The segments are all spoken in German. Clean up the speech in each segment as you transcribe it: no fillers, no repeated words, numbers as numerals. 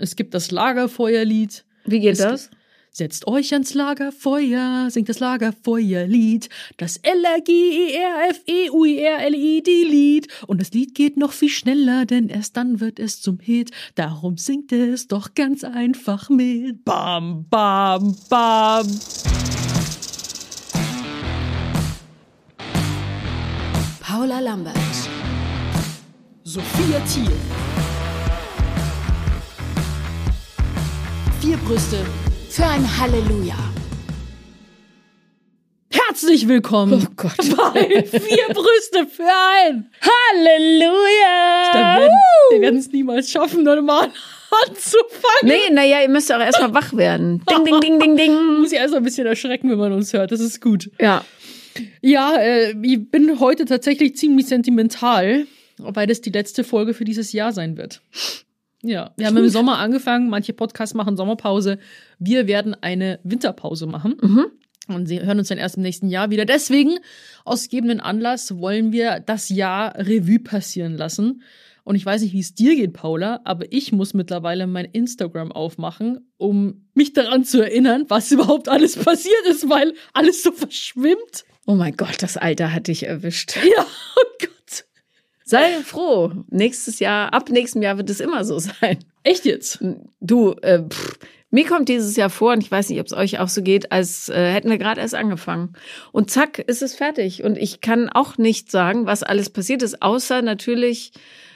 Es gibt das Lagerfeuerlied. Wie geht das? Setzt euch ans Lagerfeuer, singt das Lagerfeuerlied, das LRGERFEUERLID-Lied. Und das Lied geht noch viel schneller, denn erst dann wird es zum Hit. Darum singt es doch ganz einfach mit. Bam, bam, bam. Paula Lambert, Sophia Thiel. 4 Brüste. für ein Halleluja. Herzlich willkommen Oh Gott. bei 4 Brüste für ein Halleluja! Wir werden es niemals schaffen, normal anzufangen. Nee, naja, ihr müsst auch erstmal wach werden. Ding, ding, ding, ding, ding. Man muss sich erst mal ein bisschen erschrecken, wenn man uns hört. Das ist gut. Ja. Ja, ich bin heute tatsächlich ziemlich sentimental, weil das die letzte Folge für dieses Jahr sein wird. Ja, wir haben im Sommer angefangen. Manche Podcasts machen Sommerpause. Wir werden eine Winterpause machen. Und Sie hören uns dann erst im nächsten Jahr wieder. Deswegen, aus gegebenen Anlass, wollen wir das Jahr Revue passieren lassen. Und ich weiß nicht, wie es dir geht, Paula, aber ich muss mittlerweile mein Instagram aufmachen, um mich daran zu erinnern, was überhaupt alles passiert ist, weil alles so verschwimmt. Oh mein Gott, das Alter hat dich erwischt. Ja, oh Gott. Sei froh. Ab nächstem Jahr wird es immer so sein. Echt jetzt? Du, mir kommt dieses Jahr vor, und ich weiß nicht, ob es euch auch so geht, als hätten wir gerade erst angefangen. Und zack, ist es fertig. Und ich kann auch nicht sagen, was alles passiert ist, außer natürlich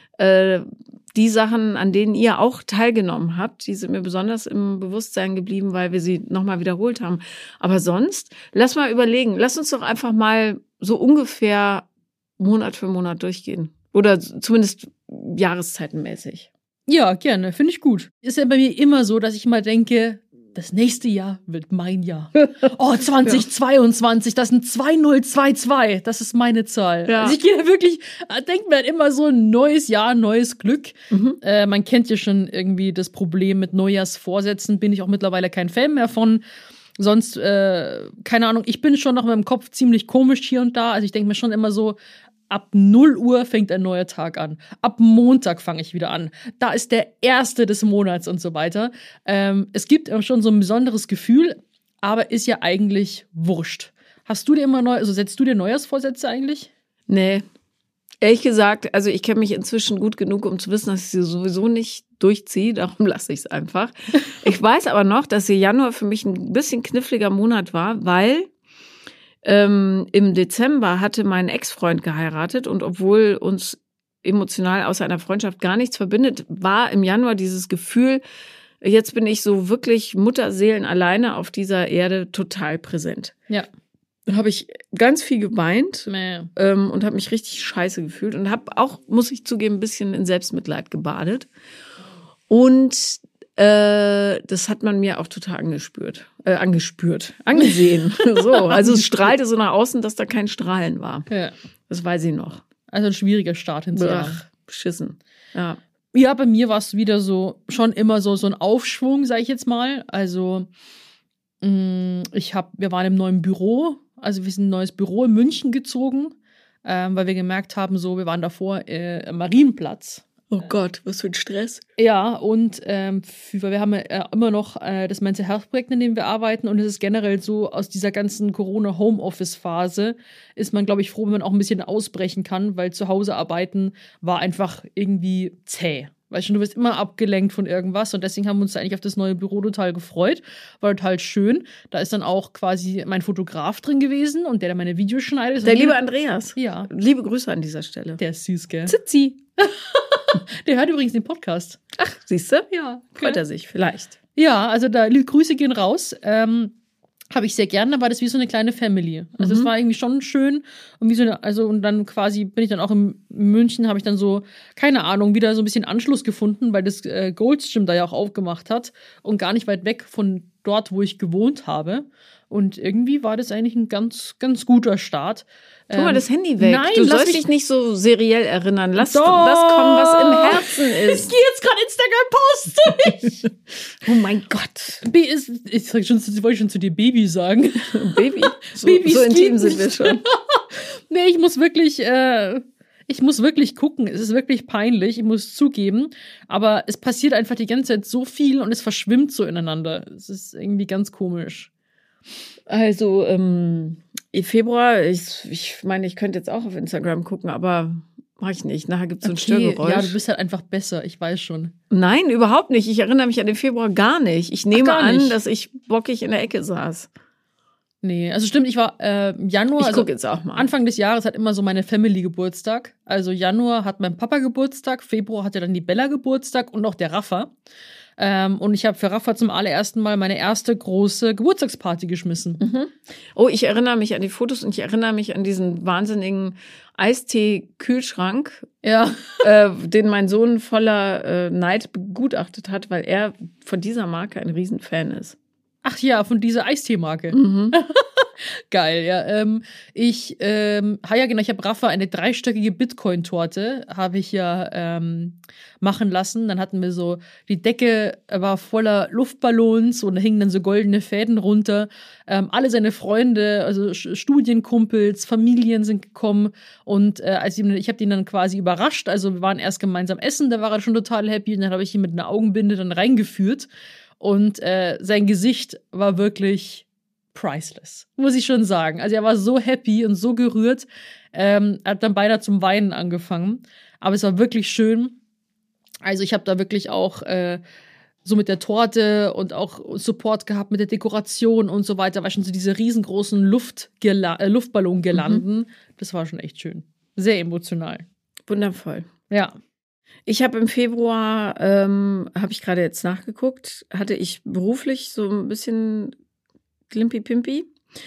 die Sachen, an denen ihr auch teilgenommen habt. Die sind mir besonders im Bewusstsein geblieben, weil wir sie nochmal wiederholt haben. Aber sonst, lass mal überlegen. Lass uns doch einfach mal so ungefähr Monat für Monat durchgehen. Oder zumindest jahreszeitenmäßig. Ja, gerne. Finde ich gut. Ist ja bei mir immer so, dass ich mal denke, das nächste Jahr wird mein Jahr. Oh, 2022, das sind 2022. Das ist meine Zahl. Ja. Also ich gehe da wirklich, denke mir halt immer so, ein neues Jahr, neues Glück. Man kennt ja schon irgendwie das Problem mit Neujahrsvorsätzen. Bin ich auch mittlerweile kein Fan mehr von. Sonst, keine Ahnung, ich bin schon noch mit dem Kopf ziemlich komisch hier und da. Also ich denke mir schon immer so, ab 0 Uhr fängt ein neuer Tag an. Ab Montag fange ich wieder an. Da ist der 1. des Monats und so weiter. Es gibt schon so ein besonderes Gefühl, aber ist ja eigentlich wurscht. Hast du dir immer setzt du dir Neujahrsvorsätze eigentlich? Nee. Ehrlich gesagt, also ich kenne mich inzwischen gut genug, um zu wissen, dass ich sie sowieso nicht durchziehe. Darum lasse ich es einfach. Ich weiß aber noch, dass der Januar für mich ein bisschen kniffliger Monat war, weil im Dezember hatte mein Ex-Freund geheiratet. Und obwohl uns emotional außer einer Freundschaft gar nichts verbindet, war im Januar dieses Gefühl, jetzt bin ich so wirklich Mutterseelen alleine auf dieser Erde total präsent. Ja. Da habe ich ganz viel geweint Nee. und habe mich richtig scheiße gefühlt und habe auch, muss ich zugeben, ein bisschen in Selbstmitleid gebadet. Und das hat man mir auch total angesehen. So, also es strahlte so nach außen, dass da kein Strahlen war. Ja. Das weiß ich noch. Also ein schwieriger Start ins Jahr. Ach, beschissen. Ja. Ja, bei mir war es wieder so, schon immer so ein Aufschwung, sag ich jetzt mal. Also, wir waren im neuen Büro, also wir sind in ein neues Büro in München gezogen, weil wir gemerkt haben, so, wir waren davor am Marienplatz. Oh Gott, was für ein Stress. Ja, und wir haben immer noch das Mental Health Projekt, in dem wir arbeiten, und es ist generell so, aus dieser ganzen Corona-Homeoffice-Phase ist man, glaube ich, froh, wenn man auch ein bisschen ausbrechen kann, weil zu Hause arbeiten war einfach irgendwie zäh. Weißt du, du wirst immer abgelenkt von irgendwas, und deswegen haben wir uns eigentlich auf das neue Büro total gefreut. War total schön. Da ist dann auch quasi mein Fotograf drin gewesen und der meine Videos schneidet. Der liebe Andreas. Ja. Liebe Grüße an dieser Stelle. Der ist süß, gell? Zizi. Der hört übrigens den Podcast. Ach, siehst du? Ja. Freut er sich vielleicht. Ja, also da Grüße gehen raus. Habe ich sehr gerne, da war das wie so eine kleine Family. Also es war irgendwie schon schön. Und und dann quasi bin ich dann auch in München, habe ich dann so, keine Ahnung, wieder so ein bisschen Anschluss gefunden, weil das Gold's Gym da ja auch aufgemacht hat und gar nicht weit weg von dort, wo ich gewohnt habe. Und irgendwie war das eigentlich ein ganz, ganz guter Start. Tu mal das Handy weg. Nein, du sollst dich nicht so seriell erinnern. Lass das kommen, was im Herzen ist. Ich gehe jetzt gerade Instagram posten. Oh mein Gott. Ich wollte schon zu dir Baby sagen. Baby. So Babys intim lieben sind wir mich. schon. Nee, ich muss wirklich, Ich muss wirklich gucken. Es ist wirklich peinlich, ich muss zugeben. Aber es passiert einfach die ganze Zeit so viel und es verschwimmt so ineinander. Es ist irgendwie ganz komisch. Also im Februar, ich meine, ich könnte jetzt auch auf Instagram gucken, aber mache ich nicht. Nachher gibt es so ein Störgeräusch. Ja, du bist halt einfach besser, ich weiß schon. Nein, überhaupt nicht. Ich erinnere mich an den Februar gar nicht. Ich nehme an, dass ich bockig in der Ecke saß. Nee, also stimmt, ich war Januar, ich guck jetzt auch mal. Anfang des Jahres hat immer so meine Family Geburtstag. Also Januar hat mein Papa Geburtstag, Februar hatte dann die Bella Geburtstag und auch der Rafa. Und ich habe für Rafa zum allerersten Mal meine erste große Geburtstagsparty geschmissen. Mhm. Oh, ich erinnere mich an die Fotos und ich erinnere mich an diesen wahnsinnigen Eistee-Kühlschrank, ja. Den mein Sohn voller Neid begutachtet hat, weil er von dieser Marke ein Riesenfan ist. Ach ja, von dieser Eistee-Marke. Mhm. Geil, ja. Ich habe Rafa eine 3-stöckige Bitcoin-Torte, habe ich ja machen lassen. Dann hatten wir so, die Decke war voller Luftballons und da hingen dann so goldene Fäden runter. Alle seine Freunde, also Studienkumpels, Familien sind gekommen und ich habe ihn dann quasi überrascht. Also wir waren erst gemeinsam essen, da war er schon total happy und dann habe ich ihn mit einer Augenbinde dann reingeführt und sein Gesicht war wirklich priceless, muss ich schon sagen. Also er war so happy und so gerührt, hat dann beinahe zum Weinen angefangen. Aber es war wirklich schön. Also ich habe da wirklich auch so mit der Torte und auch Support gehabt mit der Dekoration und so weiter. War schon so diese riesengroßen Luftballongirlanden. Mhm. Das war schon echt schön. Sehr emotional. Wundervoll. Ja. Ich habe im Februar, habe ich gerade jetzt nachgeguckt, hatte ich beruflich so ein bisschen Klimpi-Pimpi.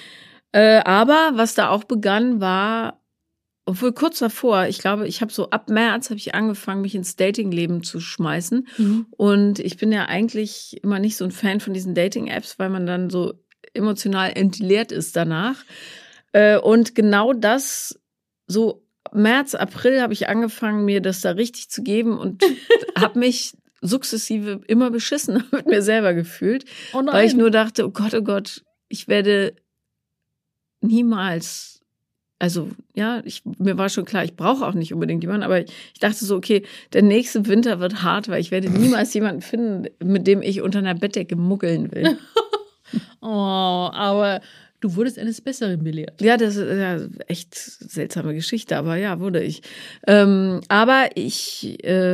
Aber was da auch begann, war, obwohl kurz davor, ich glaube, ich habe so ab März habe ich angefangen, mich ins Datingleben zu schmeißen. Mhm. Und ich bin ja eigentlich immer nicht so ein Fan von diesen Dating-Apps, weil man dann so emotional entleert ist danach. Und genau das, so März, April habe ich angefangen, mir das da richtig zu geben und habe mich sukzessive immer beschissen mit mir selber gefühlt. Oh nein. Weil ich nur dachte, oh Gott, ich werde niemals, also ja, mir war schon klar, ich brauche auch nicht unbedingt jemanden, aber ich dachte so, okay, der nächste Winter wird hart, weil ich werde niemals jemanden finden, mit dem ich unter einer Bettdecke muggeln will. Oh, aber du wurdest eines Besseren belehrt. Ja, das ist ja echt seltsame Geschichte, aber ja, wurde ich. Aber ich,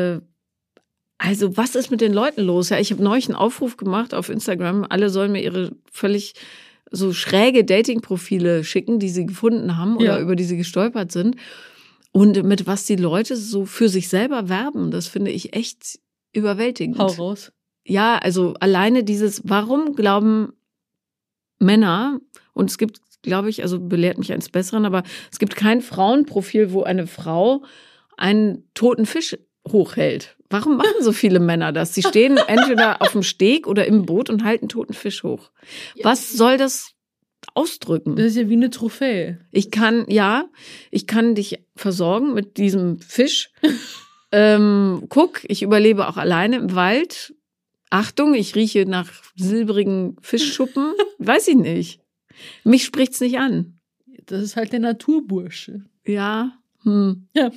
also was ist mit den Leuten los? Ja, ich habe neulich einen Aufruf gemacht auf Instagram, alle sollen mir ihre völlig so schräge Dating-Profile schicken, die sie gefunden haben oder über die sie gestolpert sind. Und mit was die Leute so für sich selber werben, das finde ich echt überwältigend. Hau raus. Ja, also alleine dieses, warum glauben Männer, und es gibt, glaube ich, also belehrt mich eines Besseren, aber es gibt kein Frauenprofil, wo eine Frau einen toten Fisch hochhält. Warum machen so viele Männer das? Sie stehen entweder auf dem Steg oder im Boot und halten toten Fisch hoch. Was soll das ausdrücken? Das ist ja wie eine Trophäe. Ich kann dich versorgen mit diesem Fisch. Guck, ich überlebe auch alleine im Wald. Achtung, ich rieche nach silbrigen Fischschuppen. Weiß ich nicht. Mich spricht's nicht an. Das ist halt der Naturbursche. Ja. Ja.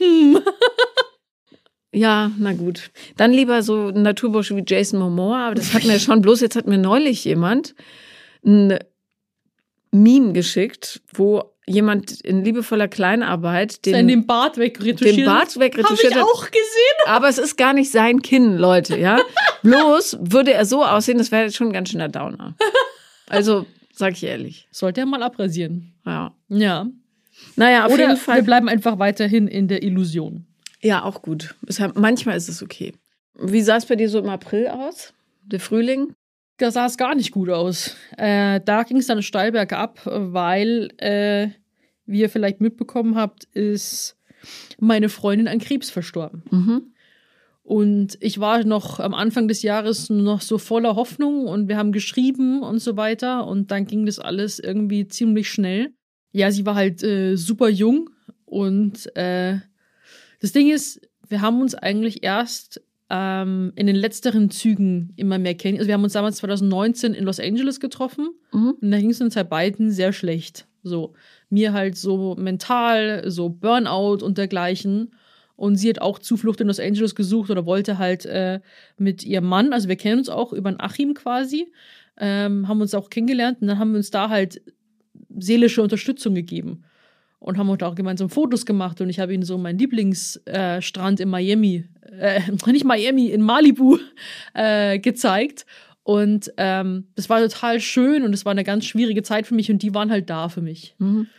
Ja, na gut. Dann lieber so ein Naturbursche wie Jason Momoa, aber das hat mir schon, bloß jetzt hat mir neulich jemand ein Meme geschickt, wo jemand in liebevoller Kleinarbeit den Bart wegretuschiert hat. Habe ich auch gesehen. Aber es ist gar nicht sein Kinn, Leute, ja. Bloß würde er so aussehen, das wäre schon ein ganz schöner Downer. Also, sag ich ehrlich. Sollte er mal abrasieren. Ja. Ja. Naja, auf jeden Fall. Wir bleiben einfach weiterhin in der Illusion. Ja, auch gut. Manchmal ist es okay. Wie sah es bei dir so im April aus? Der Frühling? Da sah es gar nicht gut aus. Da ging es dann steil bergab, weil, wie ihr vielleicht mitbekommen habt, ist meine Freundin an Krebs verstorben. Mhm. Und ich war noch am Anfang des Jahres noch so voller Hoffnung und wir haben geschrieben und so weiter. Und dann ging das alles irgendwie ziemlich schnell. Ja, sie war halt super jung und das Ding ist, wir haben uns eigentlich erst in den letzteren Zügen immer mehr kennen. Also wir haben uns damals 2019 in Los Angeles getroffen und da ging es uns halt beiden sehr schlecht. So, mir halt so mental, so Burnout und dergleichen. Und sie hat auch Zuflucht in Los Angeles gesucht oder wollte halt mit ihrem Mann, also wir kennen uns auch über einen Achim quasi, haben uns auch kennengelernt und dann haben wir uns da halt seelische Unterstützung gegeben. Und haben auch gemeinsam Fotos gemacht und ich habe ihnen so meinen Lieblingsstrand in Miami, nicht Miami, in Malibu gezeigt. Und das war total schön und es war eine ganz schwierige Zeit für mich und die waren halt da für mich. Mhm.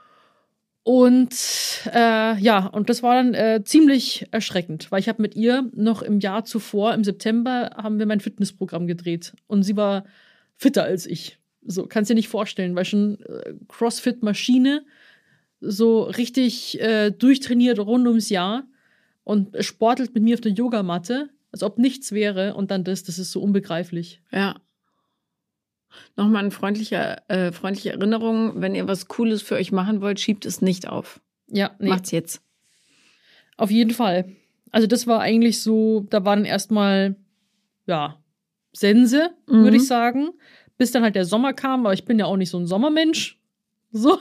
Und und das war dann ziemlich erschreckend, weil ich habe mit ihr noch im Jahr zuvor, im September, haben wir mein Fitnessprogramm gedreht und sie war fitter als ich. So, kannst dir nicht vorstellen, weil schon Crossfit-Maschine, so richtig durchtrainiert rund ums Jahr und sportelt mit mir auf der Yogamatte, als ob nichts wäre und dann das ist so unbegreiflich. Ja. Nochmal eine freundliche Erinnerung, wenn ihr was Cooles für euch machen wollt, schiebt es nicht auf. Ja, nee. Macht's jetzt. Auf jeden Fall. Also das war eigentlich so, da waren erstmal, Sense, würde ich sagen, bis dann halt der Sommer kam, aber ich bin ja auch nicht so ein Sommermensch. So.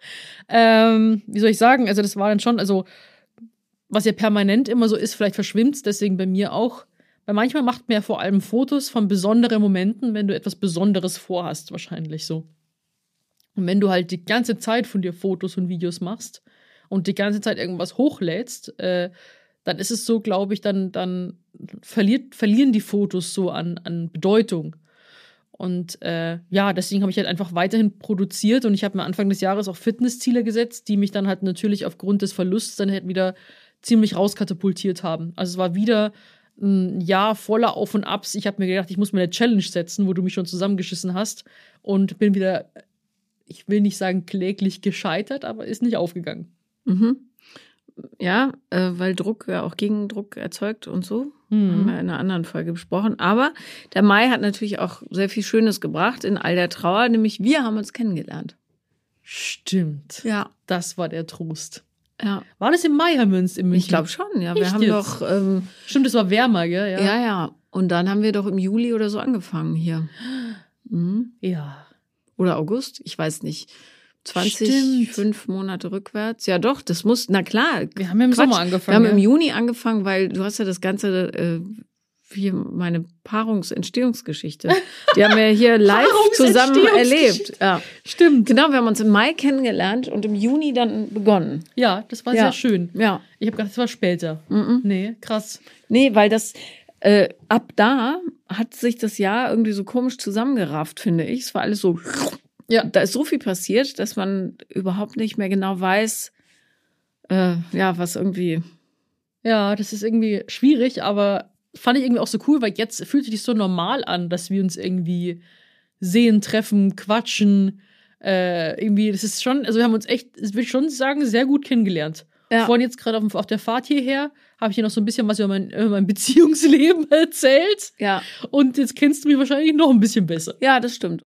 Wie soll ich sagen? Also das war dann schon, also was ja permanent immer so ist, vielleicht verschwimmt es deswegen bei mir auch. Weil manchmal macht man ja vor allem Fotos von besonderen Momenten, wenn du etwas Besonderes vorhast, wahrscheinlich so. Und wenn du halt die ganze Zeit von dir Fotos und Videos machst und die ganze Zeit irgendwas hochlädst, dann ist es so, glaube ich, dann verlieren die Fotos so an Bedeutung. Und deswegen habe ich halt einfach weiterhin produziert und ich habe mir Anfang des Jahres auch Fitnessziele gesetzt, die mich dann halt natürlich aufgrund des Verlusts dann halt wieder ziemlich rauskatapultiert haben. Also es war wieder ein Jahr voller Auf und Abs. Ich habe mir gedacht, ich muss mir eine Challenge setzen, wo du mich schon zusammengeschissen hast und bin wieder, ich will nicht sagen kläglich gescheitert, aber ist nicht aufgegangen. Mhm. Ja, weil Druck ja auch Gegendruck erzeugt und so. Haben wir in einer anderen Folge besprochen. Aber der Mai hat natürlich auch sehr viel Schönes gebracht in all der Trauer, nämlich wir haben uns kennengelernt. Stimmt. Ja. Das war der Trost. Ja. War das im Mai, haben wir uns in München? Ich glaube schon, ja. Wir Echt haben jetzt? doch. Stimmt, es war wärmer, gell? Ja. Und dann haben wir doch im Juli oder so angefangen hier. Mhm. Ja. Oder August, ich weiß nicht. 5 Monate rückwärts. Ja doch, das muss, na klar. Wir haben ja im Sommer angefangen. Wir haben im Juni angefangen, weil du hast ja das ganze, wie meine Paarungsentstehungsgeschichte. Die haben wir hier live zusammen erlebt. Ja. Stimmt. Genau, wir haben uns im Mai kennengelernt und im Juni dann begonnen. Ja, das war sehr schön. Ja. Ich habe gedacht, das war später. Nee, krass. Nee, weil das, ab da hat sich das Jahr irgendwie so komisch zusammengerafft, finde ich. Es war alles so, ja, da ist so viel passiert, dass man überhaupt nicht mehr genau weiß, was irgendwie. Ja, das ist irgendwie schwierig, aber fand ich irgendwie auch so cool, weil jetzt fühlt sich das so normal an, dass wir uns irgendwie sehen, treffen, quatschen. Irgendwie, das ist schon, also wir haben uns echt, würde ich schon sagen, sehr gut kennengelernt. Ja. Vorhin jetzt gerade auf der Fahrt hierher habe ich dir noch so ein bisschen was über mein Beziehungsleben erzählt. Ja. Und jetzt kennst du mich wahrscheinlich noch ein bisschen besser. Ja, das stimmt.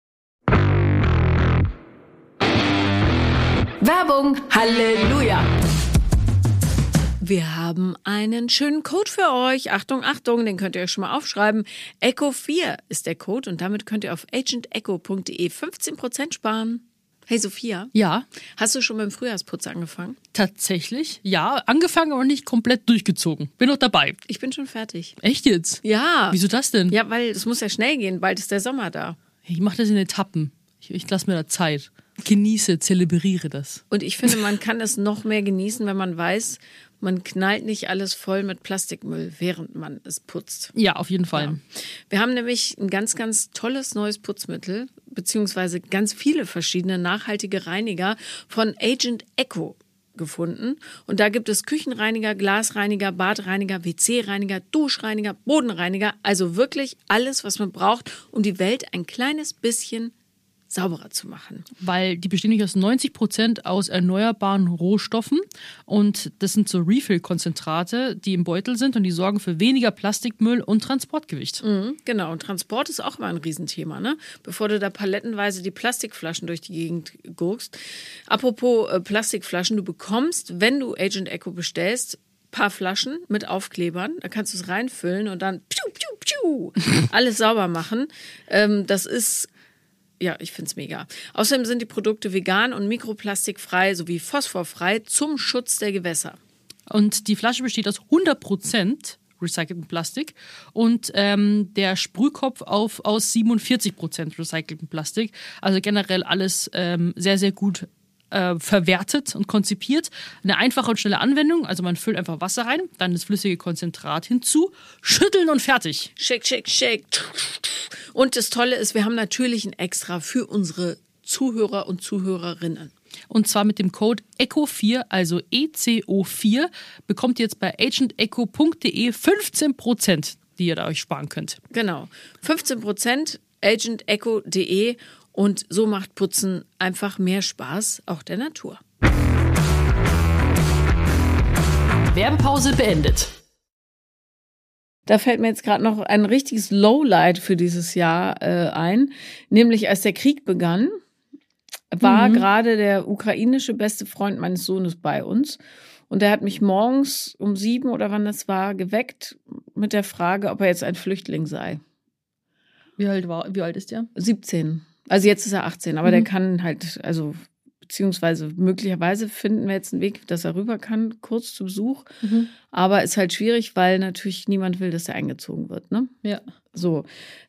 Werbung, Halleluja! Wir haben einen schönen Code für euch. Achtung, Achtung, den könnt ihr euch schon mal aufschreiben. ECHO4 ist der Code und damit könnt ihr auf agentecho.de 15% sparen. Hey Sophia. Ja. Hast du schon beim Frühjahrsputz angefangen? Tatsächlich, ja. Angefangen, aber nicht komplett durchgezogen. Bin noch dabei. Ich bin schon fertig. Echt jetzt? Ja. Wieso das denn? Ja, weil es muss ja schnell gehen. Bald ist der Sommer da. Ich mache das in Etappen. Ich lasse mir da Zeit. Genieße, zelebriere das. Und ich finde, man kann es noch mehr genießen, wenn man weiß, man knallt nicht alles voll mit Plastikmüll, während man es putzt. Ja, auf jeden Fall. Ja. Wir haben nämlich ein ganz, ganz tolles neues Putzmittel, beziehungsweise ganz viele verschiedene nachhaltige Reiniger von Agent Echo gefunden. Und da gibt es Küchenreiniger, Glasreiniger, Badreiniger, WC-Reiniger, Duschreiniger, Bodenreiniger. Also wirklich alles, was man braucht, um die Welt ein kleines bisschen sauberer zu machen. Weil die bestehen nicht aus 90% aus erneuerbaren Rohstoffen und das sind so Refill-Konzentrate, die im Beutel sind und die sorgen für weniger Plastikmüll und Transportgewicht. Genau, und Transport ist auch immer ein Riesenthema, ne? Bevor du da palettenweise die Plastikflaschen durch die Gegend gurkst. Apropos Plastikflaschen, du bekommst, wenn du Agent Echo bestellst, paar Flaschen mit Aufklebern, da kannst du es reinfüllen und dann piu, piu, piu, alles sauber machen. Das ist Ja, ich find's mega. Außerdem sind die Produkte vegan und mikroplastikfrei sowie phosphorfrei zum Schutz der Gewässer. Und die Flasche besteht aus 100% recyceltem Plastik und der Sprühkopf aus 47% recyceltem Plastik. Also generell alles sehr, sehr gut verwertet und konzipiert. Eine einfache und schnelle Anwendung, also man füllt einfach Wasser rein, dann das flüssige Konzentrat hinzu, schütteln und fertig. Shake, shake, shake. Und das Tolle ist, wir haben natürlich ein Extra für unsere Zuhörer und Zuhörerinnen. Und zwar mit dem Code ECO4, also ECO4, bekommt ihr jetzt bei agenteco.de 15%, die ihr da euch sparen könnt. Genau, 15% agenteco.de und so macht Putzen einfach mehr Spaß, auch der Natur. Werbepause beendet. Da fällt mir jetzt gerade noch ein richtiges Lowlight für dieses Jahr ein, nämlich als der Krieg begann, war gerade der ukrainische beste Freund meines Sohnes bei uns. Und der hat mich morgens um 7 oder wann das war, geweckt mit der Frage, ob er jetzt ein Flüchtling sei. Wie alt ist der? 17. Also jetzt ist er 18, aber der kann halt, also beziehungsweise möglicherweise finden wir jetzt einen Weg, dass er rüber kann, kurz zu Besuch. Aber ist halt schwierig, weil natürlich niemand will, dass er eingezogen wird, ne? Ja. So.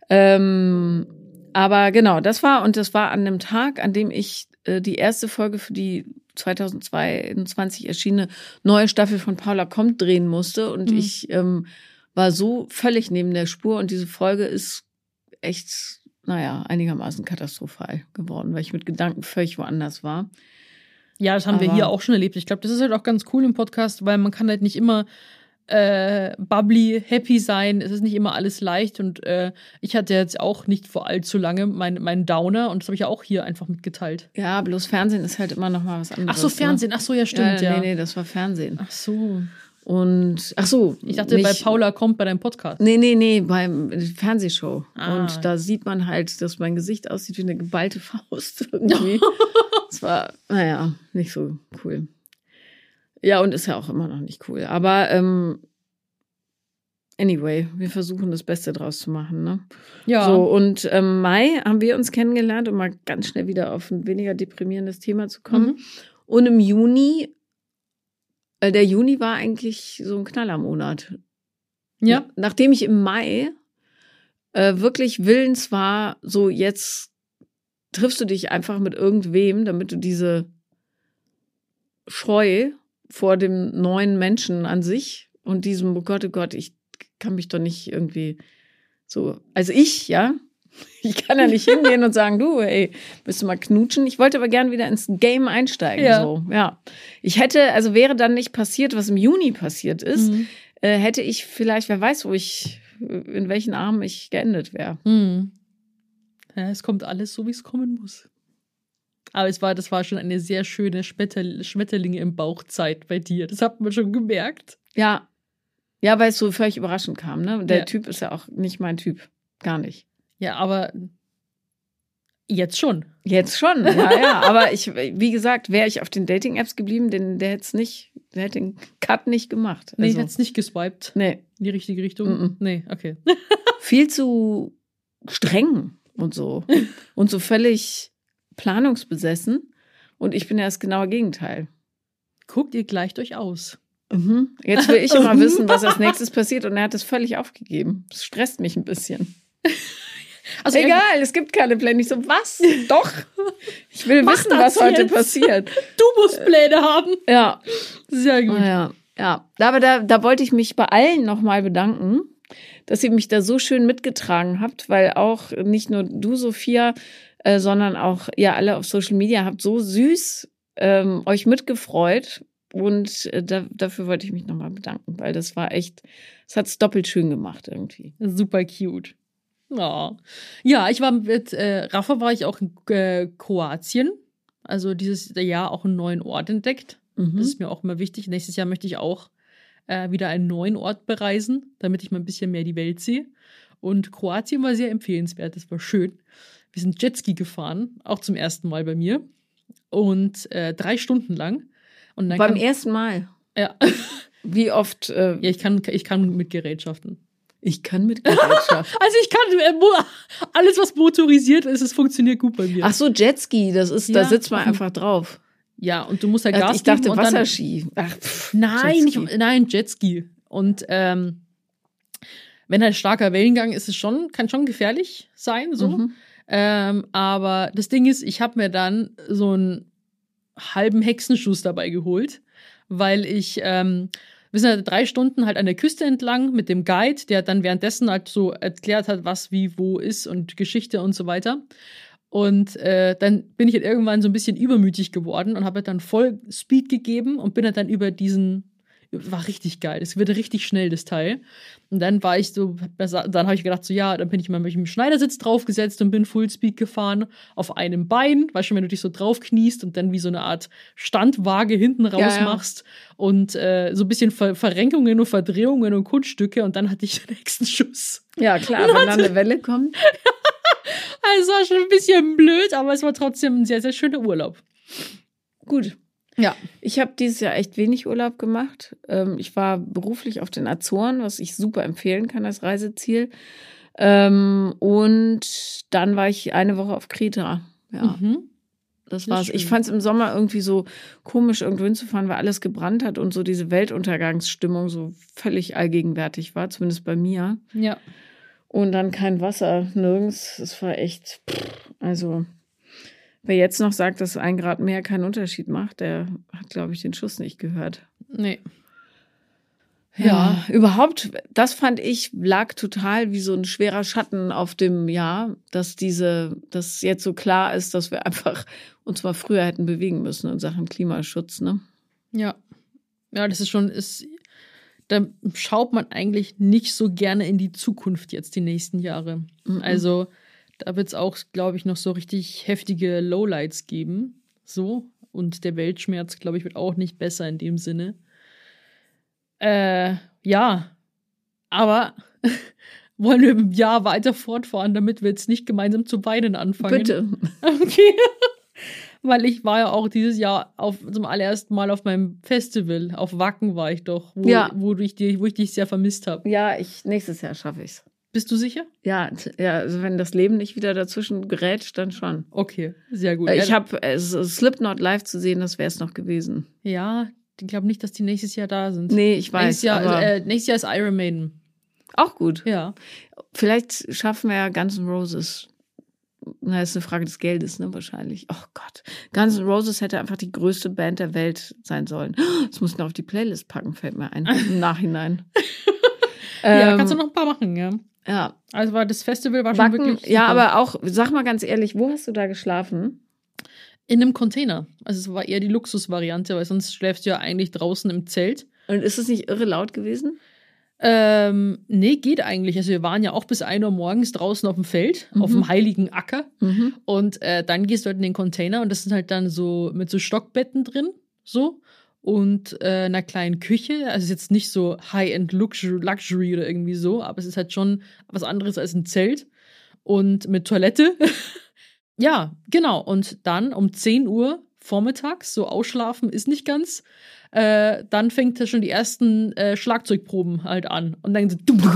Aber genau, das war an einem Tag, an dem ich die erste Folge für die 2022 erschienene neue Staffel von Paula kommt drehen musste. Und ich war so völlig neben der Spur. Und diese Folge ist echt, einigermaßen katastrophal geworden, weil ich mit Gedanken völlig woanders war. Ja, das haben wir hier auch schon erlebt. Ich glaube, das ist halt auch ganz cool im Podcast, weil man kann halt nicht immer bubbly, happy sein. Es ist nicht immer alles leicht. Und ich hatte jetzt auch nicht vor allzu lange meinen Downer. Und das habe ich ja auch hier einfach mitgeteilt. Ja, bloß Fernsehen ist halt immer noch mal was anderes. Ach so, Fernsehen. Ne? Ach so, ja, stimmt, ja. Nee, das war Fernsehen. Ach so. Und, ich dachte, bei Paula kommt bei deinem Podcast. Nee, beim Fernsehshow. Und da sieht man halt, dass mein Gesicht aussieht wie eine geballte Faust irgendwie. Das war, nicht so cool. Ja, und ist ja auch immer noch nicht cool. Aber anyway, wir versuchen das Beste draus zu machen, ne? Ja. So, und Mai haben wir uns kennengelernt, um mal ganz schnell wieder auf ein weniger deprimierendes Thema zu kommen. Und im Juni, der Juni war eigentlich so ein Knallermonat. Ja. Nachdem ich im Mai wirklich willens war, so jetzt triffst du dich einfach mit irgendwem, damit du diese Scheu vor dem neuen Menschen an sich und diesem, oh Gott, ich kann mich doch nicht irgendwie so, also ich kann ja nicht hingehen und sagen, du, ey, willst du mal knutschen? Ich wollte aber gern wieder ins Game einsteigen. Ja. So, ja. Ich hätte, also wäre dann nicht passiert, was im Juni passiert ist, hätte ich vielleicht, wer weiß, in welchen Armen ich geendet wäre. Ja, es kommt alles so, wie es kommen muss. Aber das war schon eine sehr schöne Schmetterlinge im Bauch-Zeit bei dir. Das hat man schon gemerkt. Ja. Ja, weil es so völlig überraschend kam, ne? Der Typ ist ja auch nicht mein Typ. Gar nicht. Ja, aber jetzt schon. Jetzt schon, ja. Aber wie gesagt, wäre ich auf den Dating-Apps geblieben, der hätte den Cut nicht gemacht. Nee, hätte es nicht geswiped. Nee. In die richtige Richtung? Nee, okay. Viel zu streng und so. Und so völlig planungsbesessen. Und ich bin ja das genaue Gegenteil. Guckt, ihr gleicht euch aus. Jetzt will ich immer wissen, was als nächstes passiert. Und er hat es völlig aufgegeben. Das stresst mich ein bisschen. Also egal, es gibt keine Pläne. Ich so, was? Doch. Ich will wissen, was heute passiert. Du musst Pläne haben. Ja. Sehr gut. Ja. Aber da wollte ich mich bei allen nochmal bedanken, dass ihr mich da so schön mitgetragen habt, weil auch nicht nur du, Sophia, sondern auch ihr alle auf Social Media habt so süß euch mitgefreut. Und dafür wollte ich mich nochmal bedanken, weil das war echt, es hat es doppelt schön gemacht irgendwie. Super cute. Oh. Ja, ich war mit Rafa war ich auch in Kroatien. Also dieses Jahr auch einen neuen Ort entdeckt. Das ist mir auch immer wichtig. Nächstes Jahr möchte ich auch wieder einen neuen Ort bereisen, damit ich mal ein bisschen mehr die Welt sehe. Und Kroatien war sehr empfehlenswert. Das war schön. Wir sind Jetski gefahren, auch zum ersten Mal bei mir. Und 3 Stunden lang. Und dann beim ersten Mal? Ja. Wie oft? Ja, ich kann mit Gerätschaften. Ich kann mit Gerätschaften. Also ich kann alles, was motorisiert ist, es funktioniert gut bei mir. Ach so, Jetski, da sitzt man einfach drauf. Ja, und du musst halt Gas Ich dachte geben und dann, Wasserski. nein, Jetski. nein, Jetski. Und wenn halt starker Wellengang ist, kann schon gefährlich sein, so. Mhm. Aber das Ding ist, ich habe mir dann so einen halben Hexenschuss dabei geholt, weil wir sind halt 3 Stunden halt an der Küste entlang mit dem Guide, der dann währenddessen halt so erklärt hat, was wie wo ist und Geschichte und so weiter. Und dann bin ich halt irgendwann so ein bisschen übermütig geworden und habe halt dann voll Speed gegeben und bin halt dann war richtig geil. Es wird richtig schnell, das Teil. Und dann war ich so, dann habe ich gedacht, so ja, dann bin ich mal mit dem Schneidersitz draufgesetzt und bin Fullspeed gefahren auf einem Bein. Weißt du, wenn du dich so draufkniest und dann wie so eine Art Standwaage hinten raus machst und so ein bisschen Verrenkungen und Verdrehungen und Kunststücke und dann hatte ich den nächsten Schuss. Ja, klar, wenn dann eine Welle kommt. Also es war schon ein bisschen blöd, aber es war trotzdem ein sehr, sehr schöner Urlaub. Gut. Ja. Ich habe dieses Jahr echt wenig Urlaub gemacht. Ich war beruflich auf den Azoren, was ich super empfehlen kann als Reiseziel. Und dann war ich eine Woche auf Kreta. Ja, das war's. schön. Ich fand es im Sommer irgendwie so komisch, irgendwo hinzufahren, weil alles gebrannt hat und so diese Weltuntergangsstimmung so völlig allgegenwärtig war, zumindest bei mir. Ja. Und dann kein Wasser, nirgends. Es war echt, also wer jetzt noch sagt, dass 1 Grad mehr keinen Unterschied macht, der hat, glaube ich, den Schuss nicht gehört. Nee. Ja, überhaupt, das fand ich, lag total wie so ein schwerer Schatten auf dem Jahr, dass jetzt so klar ist, dass wir einfach uns mal früher hätten bewegen müssen in Sachen Klimaschutz, ne? Ja. Ja, das ist da schaut man eigentlich nicht so gerne in die Zukunft jetzt, die nächsten Jahre. Mhm. Also, da wird es auch, glaube ich, noch so richtig heftige Lowlights geben. So. Und der Weltschmerz, glaube ich, wird auch nicht besser in dem Sinne. Ja. Aber wollen wir im Jahr weiter fortfahren, damit wir jetzt nicht gemeinsam zu weinen anfangen? Bitte. Okay. Weil ich war ja auch dieses Jahr zum allerersten Mal auf meinem Festival. Auf Wacken war ich doch, wo ich dich sehr vermisst habe. Ja, nächstes Jahr schaffe ich's. Bist du sicher? Ja, also wenn das Leben nicht wieder dazwischen gerätscht, dann schon. Okay, sehr gut. Ich habe Slipknot live zu sehen, das wäre es noch gewesen. Ja, ich glaube nicht, dass die nächstes Jahr da sind. Nee, ich weiß. Nächstes Jahr ist Iron Maiden. Auch gut. Ja. Vielleicht schaffen wir ja Guns N' Roses. Na, ist eine Frage des Geldes, ne, wahrscheinlich. Oh Gott. Guns N' Roses hätte einfach die größte Band der Welt sein sollen. Das muss ich noch auf die Playlist packen, fällt mir ein. Im Nachhinein. Ja, kannst du noch ein paar machen, ja. Ja. Also das Festival war Wacken, schon wirklich super. ja, aber auch, sag mal ganz ehrlich, wo hast du da geschlafen? In einem Container. Also es war eher die Luxusvariante, weil sonst schläfst du ja eigentlich draußen im Zelt. Und ist es nicht irre laut gewesen? Nee, geht eigentlich. Also wir waren ja auch bis 1 Uhr morgens draußen auf dem Feld, auf dem heiligen Acker. Mhm. Und dann gehst du halt in den Container und das sind halt dann so mit so Stockbetten drin, so. Und einer kleinen Küche. Also es ist jetzt nicht so High-End Luxury oder irgendwie so, aber es ist halt schon was anderes als ein Zelt. Und mit Toilette. Ja, genau. Und dann um 10 Uhr vormittags, so ausschlafen ist nicht ganz, dann fängt schon die ersten Schlagzeugproben halt an. Und dann so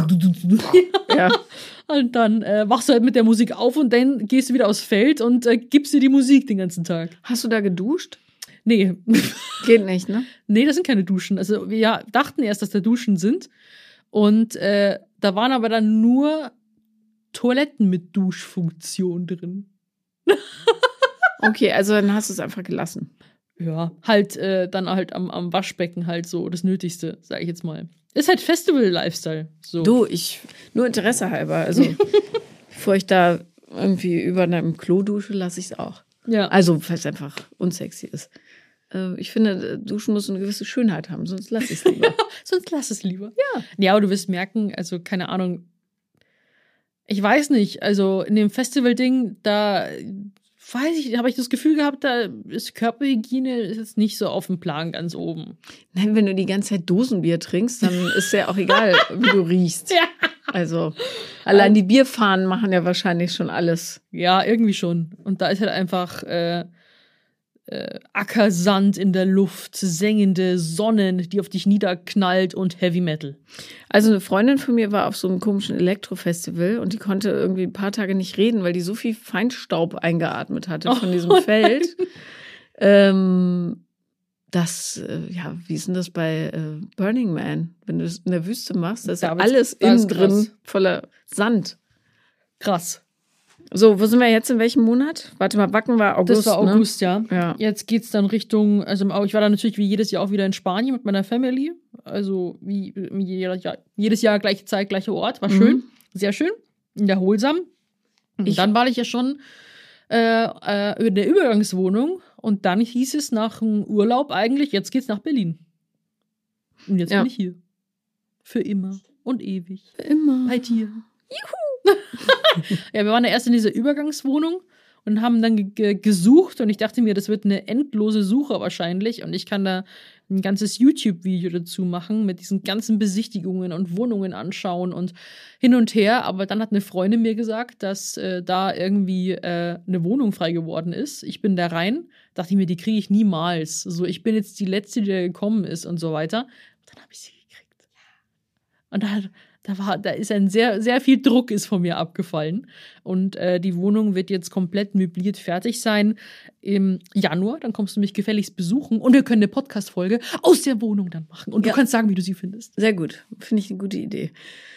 ja. Und dann wachst du halt mit der Musik auf und dann gehst du wieder aufs Feld und gibst dir die Musik den ganzen Tag. Hast du da geduscht? Nee. Geht nicht, ne? Nee, das sind keine Duschen. Also wir dachten erst, dass da Duschen sind. Und da waren aber dann nur Toiletten mit Duschfunktion drin. Okay, also dann hast du es einfach gelassen. Ja, halt dann halt am Waschbecken halt so das Nötigste, sage ich jetzt mal. Ist halt Festival-Lifestyle. So. Du, nur Interesse halber. Also bevor ich da irgendwie über einem Klo dusche, lasse ich es auch. Ja. Also, weil es einfach unsexy ist. Ich finde, Duschen muss eine gewisse Schönheit haben, sonst lass ich es lieber. Sonst lass es lieber. Ja. Ja, aber du wirst merken, also keine Ahnung, ich weiß nicht, also in dem Festival-Ding, da habe ich das Gefühl gehabt, da ist Körperhygiene ist jetzt nicht so auf dem Plan ganz oben. Nein, wenn du die ganze Zeit Dosenbier trinkst, dann ist ja auch egal, wie du riechst. Ja. Also, allein die Bierfahnen machen ja wahrscheinlich schon alles. Ja, irgendwie schon. Und da ist halt einfach Ackersand in der Luft, sengende Sonnen, die auf dich niederknallt und Heavy Metal. Also eine Freundin von mir war auf so einem komischen Elektrofestival und die konnte irgendwie ein paar Tage nicht reden, weil die so viel Feinstaub eingeatmet hatte von diesem Feld. Wie ist denn das bei Burning Man? Wenn du es in der Wüste machst, das ist ja Da wird's- alles da ist innen drin krass. voller Sand. Krass. So, wo sind wir jetzt? In welchem Monat? Warte mal, Wacken war August. Das war August, Ne? ja. Ja. Jetzt geht's dann Richtung, also ich war dann natürlich wie jedes Jahr auch wieder in Spanien mit meiner Family. Also wie jedes Jahr gleiche Zeit, gleicher Ort. War schön. Sehr schön. Erholsam. Und dann war ich ja schon in der Übergangswohnung und dann hieß es nach dem Urlaub eigentlich, jetzt geht's nach Berlin. Und jetzt bin ich hier. Für immer und ewig. Immer. Bei dir. Juhu! Ja, wir waren ja erst in dieser Übergangswohnung und haben dann gesucht und ich dachte mir, das wird eine endlose Suche wahrscheinlich und ich kann da ein ganzes YouTube-Video dazu machen mit diesen ganzen Besichtigungen und Wohnungen anschauen und hin und her. Aber dann hat eine Freundin mir gesagt, dass da irgendwie eine Wohnung frei geworden ist. Ich bin da rein, dachte ich mir, die kriege ich niemals. So, ich bin jetzt die Letzte, die da gekommen ist und so weiter. Dann habe ich sie gekriegt. Und da ist ein sehr, sehr viel Druck ist von mir abgefallen. Und die Wohnung wird jetzt komplett möbliert fertig sein im Januar. Dann kommst du mich gefälligst besuchen und wir können eine Podcast-Folge aus der Wohnung dann machen. Und du kannst sagen, wie du sie findest. Sehr gut. Finde ich eine gute Idee.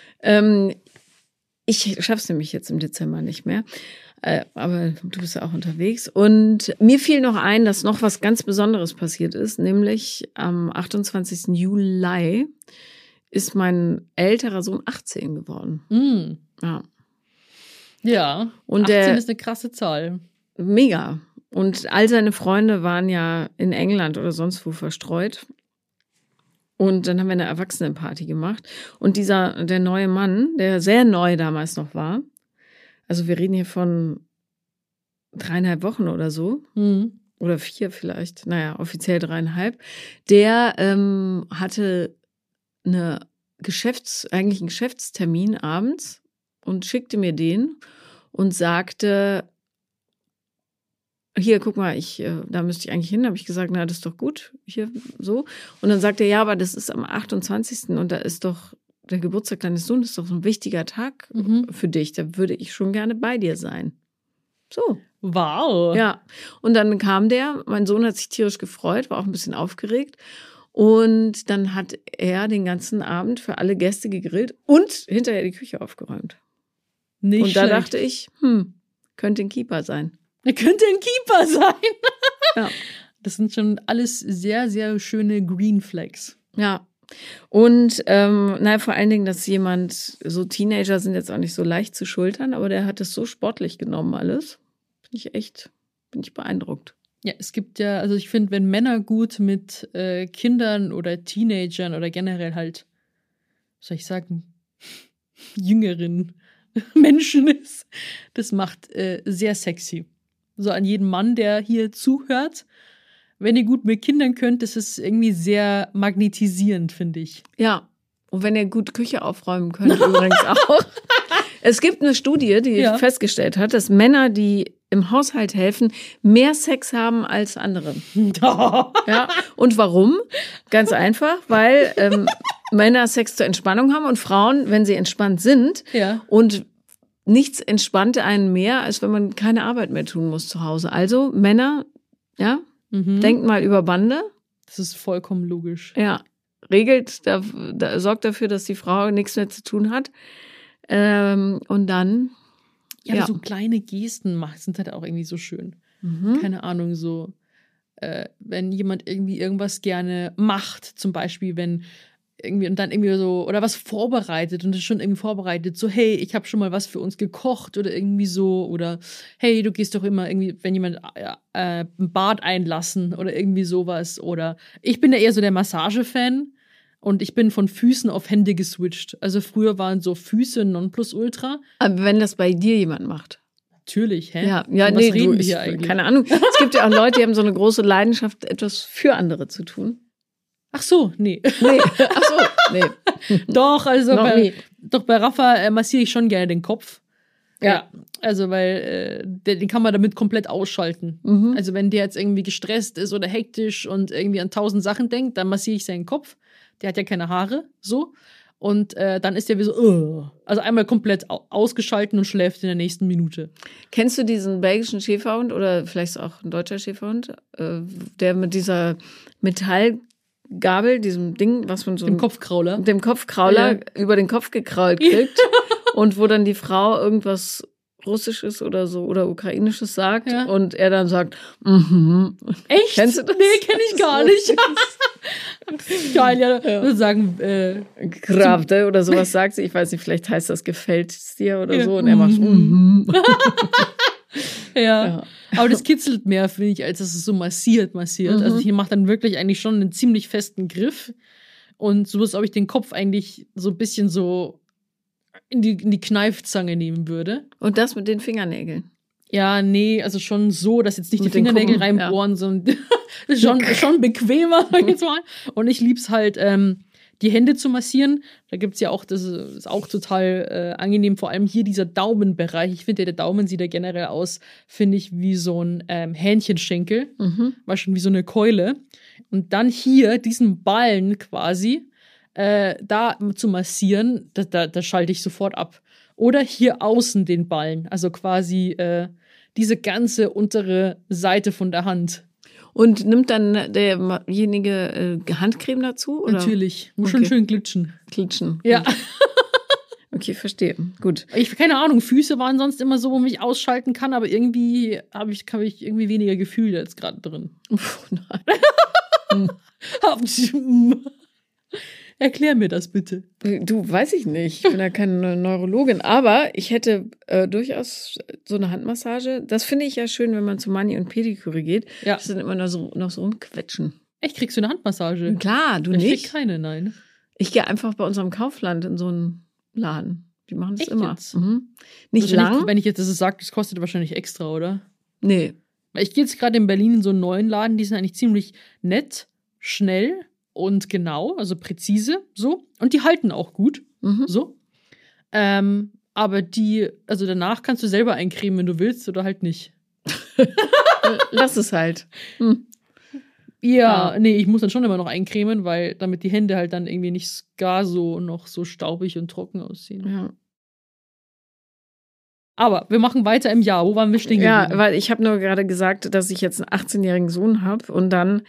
Ich schaff's nämlich jetzt im Dezember nicht mehr. Aber du bist ja auch unterwegs. Und mir fiel noch ein, dass noch was ganz Besonderes passiert ist. Nämlich am 28. Juli ist mein älterer Sohn 18 geworden. Ja. Ja, Und 18 ist eine krasse Zahl. Mega. Und all seine Freunde waren ja in England oder sonst wo verstreut. Und dann haben wir eine Erwachsenenparty gemacht. Und der neue Mann, der sehr neu damals noch war, also wir reden hier von 3,5 Wochen oder so, oder 4 vielleicht, naja, offiziell 3,5, der hatte einen Geschäftstermin abends und schickte mir den und sagte, hier, guck mal, da müsste ich eigentlich hin. Da habe ich gesagt, na, das ist doch gut, hier so. Und dann sagte er, ja, aber das ist am 28. und da ist doch der Geburtstag deines Sohnes, ist doch so ein wichtiger Tag für dich. Da würde ich schon gerne bei dir sein. So. Wow. Ja. Und dann kam mein Sohn hat sich tierisch gefreut, war auch ein bisschen aufgeregt. Und dann hat er den ganzen Abend für alle Gäste gegrillt und hinterher die Küche aufgeräumt. Nicht und da schlecht. dachte ich, könnte ein Keeper sein. Er könnte ein Keeper sein. Ja. Das sind schon alles sehr, sehr schöne Green Flags. Ja. Und vor allen Dingen, dass so Teenager sind jetzt auch nicht so leicht zu schultern, aber der hat es so sportlich genommen alles. Bin ich beeindruckt. Ja, es gibt ja, also ich finde, wenn Männer gut mit Kindern oder Teenagern oder generell halt, was soll ich sagen, jüngeren Menschen ist, das macht sehr sexy. So an jeden Mann, der hier zuhört, wenn ihr gut mit Kindern könnt, das ist irgendwie sehr magnetisierend, finde ich. Ja, und wenn ihr gut Küche aufräumen könnt, übrigens auch. Es gibt eine Studie, die festgestellt hat, dass Männer, die im Haushalt helfen, mehr Sex haben als andere. Ja. Und warum? Ganz einfach, weil Männer Sex zur Entspannung haben und Frauen, wenn sie entspannt sind. Ja. Und nichts entspannt einen mehr, als wenn man keine Arbeit mehr tun muss zu Hause. Also Männer, ja, denkt mal über Bande. Das ist vollkommen logisch. Ja, sorgt dafür, dass die Frau nichts mehr zu tun hat. Und dann Ja, aber so kleine Gesten sind halt auch irgendwie so schön. Keine Ahnung, so wenn jemand irgendwie irgendwas gerne macht, zum Beispiel, wenn irgendwie und dann irgendwie so, oder was vorbereitet und ist schon irgendwie vorbereitet, so, hey, ich habe schon mal was für uns gekocht oder irgendwie so, oder hey, du gehst doch immer irgendwie, wenn jemand ein Bad einlassen oder irgendwie sowas, oder ich bin ja eher so der Massage-Fan. Und ich bin von Füßen auf Hände geswitcht. Also früher waren so Füße Nonplusultra. Aber wenn das bei dir jemand macht. Natürlich, hä? Ja, was reden wir hier eigentlich? Keine Ahnung. Es gibt ja auch Leute, die haben so eine große Leidenschaft, etwas für andere zu tun. Ach so, nee. Nee, ach so, nee. Doch, also nie. bei Rafa massiere ich schon gerne den Kopf. Ja. Also, weil den kann man damit komplett ausschalten. Also, wenn der jetzt irgendwie gestresst ist oder hektisch und irgendwie an 1000 Sachen denkt, dann massiere ich seinen Kopf. Der hat ja keine Haare, so. Und dann ist der wie so, also einmal komplett ausgeschalten und schläft in der nächsten Minute. Kennst du diesen belgischen Schäferhund oder vielleicht auch ein deutscher Schäferhund, der mit dieser Metallgabel, diesem Ding, was man so Dem Kopfkrauler. dem Kopfkrauler über den Kopf gekrault kriegt und wo dann die Frau irgendwas Russisches oder so oder Ukrainisches sagt und er dann sagt, Echt? Kennst du das? Nee, kenn ich gar nicht. Geil, ja. Wir sagen, Gravde oder sowas sagt sie. Ich weiß nicht, vielleicht heißt das, gefällt es dir oder so. Und er macht ja. Aber das kitzelt mehr, finde ich, als dass es so massiert. Also hier macht dann wirklich eigentlich schon einen ziemlich festen Griff. Und so, als ob ich den Kopf eigentlich so ein bisschen so in die Kneifzange nehmen würde. Und das mit den Fingernägeln? Ja, nee, also schon so, dass jetzt nicht Mit die Fingernägel Kuppen, reinbohren, sondern schon bequemer, sag ich jetzt mal. Und ich lieb's halt, die Hände zu massieren. Da gibt's ja auch, das ist auch total angenehm, vor allem hier dieser Daumenbereich. Ich finde, der Daumen sieht ja generell aus, finde ich, wie so ein Hähnchenschenkel. War schon wie so eine Keule. Und dann hier diesen Ballen quasi da zu massieren, da schalte ich sofort ab. Oder hier außen den Ballen, also quasi diese ganze untere Seite von der Hand. Und nimmt dann derjenige Handcreme dazu? Oder? Natürlich, muss schon schön glitschen. Klitschen. Ja. Okay, verstehe. Gut. Keine Ahnung, Füße waren sonst immer so, wo ich ausschalten kann, aber irgendwie habe ich irgendwie weniger Gefühl jetzt gerade drin. Nein. Erklär mir das bitte. Du, weiß ich nicht. Ich bin ja keine Neurologin. Aber ich hätte durchaus so eine Handmassage. Das finde ich ja schön, wenn man zu Mani und Pediküre geht. Ja. Das sind immer noch so rumquetschen. Echt, kriegst du eine Handmassage? Klar, du ich nicht. Ich krieg keine, nein. Ich gehe einfach bei unserem Kaufland in so einen Laden. Die machen das Echt immer. Jetzt? Nicht also lang. Wenn ich jetzt das sage, das kostet wahrscheinlich extra, oder? Nee. Weil ich gehe jetzt gerade in Berlin in so einen neuen Laden, die sind eigentlich ziemlich nett, schnell und genau, also präzise, so. Und die halten auch gut, so. Aber also danach kannst du selber eincremen, wenn du willst, oder halt nicht. Lass es halt. Ja, nee, ich muss dann schon immer noch eincremen, weil damit die Hände halt dann irgendwie nicht gar so noch so staubig und trocken aussehen. Ja. Aber wir machen weiter im Jahr. Wo waren wir stehen geblieben? Ja, weil ich habe nur gerade gesagt, dass ich jetzt einen 18-jährigen Sohn habe und dann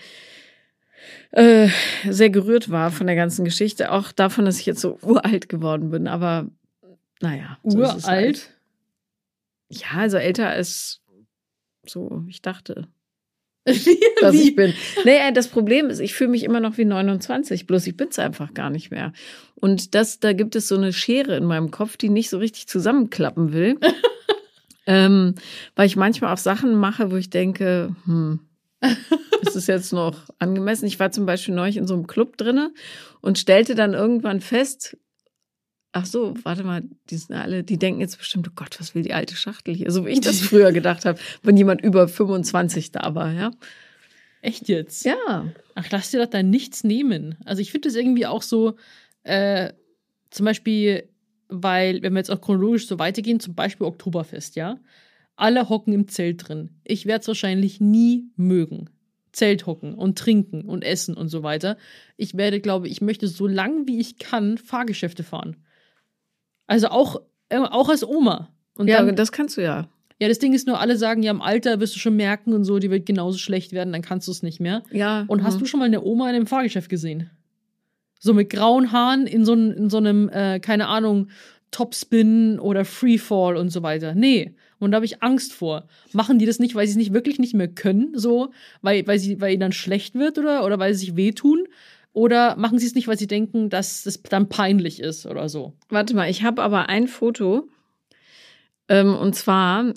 sehr gerührt war von der ganzen Geschichte. Auch davon, dass ich jetzt so uralt geworden bin. Aber naja. So uralt? ist es halt. Ja, also älter als so, ich dachte, dass ich bin. Naja, das Problem ist, ich fühle mich immer noch wie 29, bloß ich bin es einfach gar nicht mehr. Und da gibt es so eine Schere in meinem Kopf, die nicht so richtig zusammenklappen will. Weil ich manchmal auch Sachen mache, wo ich denke, ist es jetzt noch angemessen? Ich war zum Beispiel neulich in so einem Club drinne und stellte dann irgendwann fest, ach so, warte mal, die denken jetzt bestimmt, oh Gott, was will die alte Schachtel hier? So wie ich das früher gedacht habe, wenn jemand über 25 da war, ja. Echt jetzt? Ja. Ach, lass dir doch da nichts nehmen. Also ich finde das irgendwie auch so, zum Beispiel, weil, wenn wir jetzt auch chronologisch so weitergehen, zum Beispiel Oktoberfest, ja. Alle hocken im Zelt drin. Ich werde es wahrscheinlich nie mögen. Zelt hocken und trinken und essen und so weiter. Ich möchte so lang wie ich kann Fahrgeschäfte fahren. Also auch als Oma. Und ja, dann, das kannst du ja. Ja, das Ding ist nur, alle sagen, ja, im Alter wirst du schon merken und so, die wird genauso schlecht werden, dann kannst du es nicht mehr. Ja. Und hast du schon mal eine Oma in einem Fahrgeschäft gesehen? So mit grauen Haaren in so einem, keine Ahnung, Topspin oder Freefall und so weiter. Nee. Und da habe ich Angst vor. Machen die das nicht, weil sie es nicht wirklich nicht mehr können, so, weil ihnen dann schlecht wird oder weil sie sich wehtun? Oder machen sie es nicht, weil sie denken, dass es dann peinlich ist oder so? Warte mal, ich habe aber ein Foto. Und zwar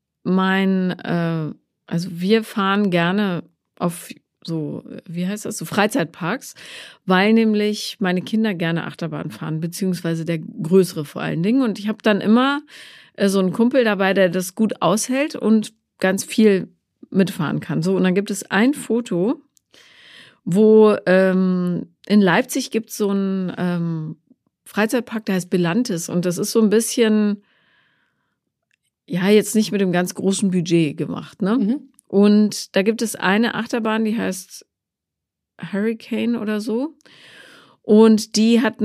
also wir fahren gerne auf so, wie heißt das, so Freizeitparks, weil nämlich meine Kinder gerne Achterbahn fahren, beziehungsweise der Größere vor allen Dingen. Und ich habe dann immer so einen Kumpel dabei, der das gut aushält und ganz viel mitfahren kann. So, und dann gibt es ein Foto, wo in Leipzig gibt es so einen Freizeitpark, der heißt Belantis. Und das ist so ein bisschen, ja, jetzt nicht mit dem ganz großen Budget gemacht, ne? Und da gibt es eine Achterbahn, die heißt Hurricane oder so. Und die hat einen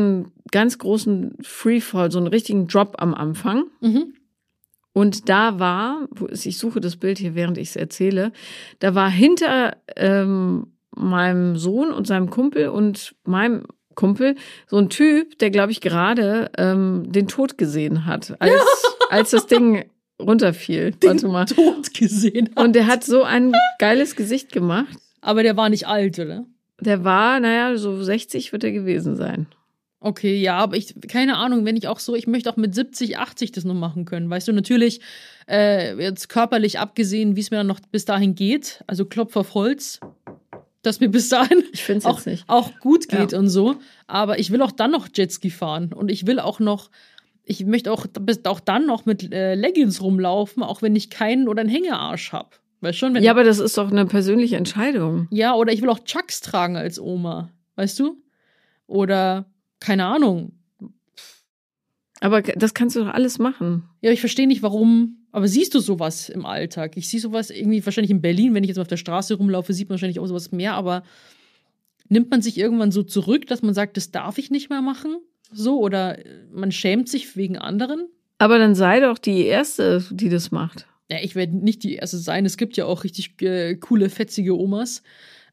ganz großen Freefall, so einen richtigen Drop am Anfang. Mhm. Und da war, ich suche das Bild hier, während ich es erzähle, da war hinter meinem Sohn und seinem Kumpel und meinem Kumpel so ein Typ, der, glaube ich, gerade den Tod gesehen hat, als das Ding runterfiel. Warte mal. Tod gesehen hat. Und der hat so ein geiles Gesicht gemacht. Aber der war nicht alt, oder? Der war, so 60 wird er gewesen sein. Okay, ja, aber keine Ahnung, wenn ich auch so, ich möchte auch mit 70, 80 das noch machen können. Weißt du, natürlich, jetzt körperlich abgesehen, wie es mir dann noch bis dahin geht, also Klopf auf Holz, dass mir bis dahin Ich find's auch, jetzt nicht. auch gut geht Ja. und so. Aber ich will auch dann noch Jetski fahren und ich möchte auch dann noch mit Leggings rumlaufen, auch wenn ich keinen oder einen Hängearsch habe. Weißt schon, wenn Ja, aber das ist doch eine persönliche Entscheidung. ja, oder ich will auch Chucks tragen als Oma, weißt du? Oder keine Ahnung. Aber das kannst du doch alles machen. Ja, ich verstehe nicht, warum. Aber siehst du sowas im Alltag? Ich sehe sowas irgendwie wahrscheinlich in Berlin, wenn ich jetzt auf der Straße rumlaufe, sieht man wahrscheinlich auch sowas mehr. Aber nimmt man sich irgendwann so zurück, dass man sagt, das darf ich nicht mehr machen? So, oder man schämt sich wegen anderen? Aber dann sei doch die Erste, die das macht. Ja, ich werde nicht die Erste sein. Es gibt ja auch richtig coole, fetzige Omas.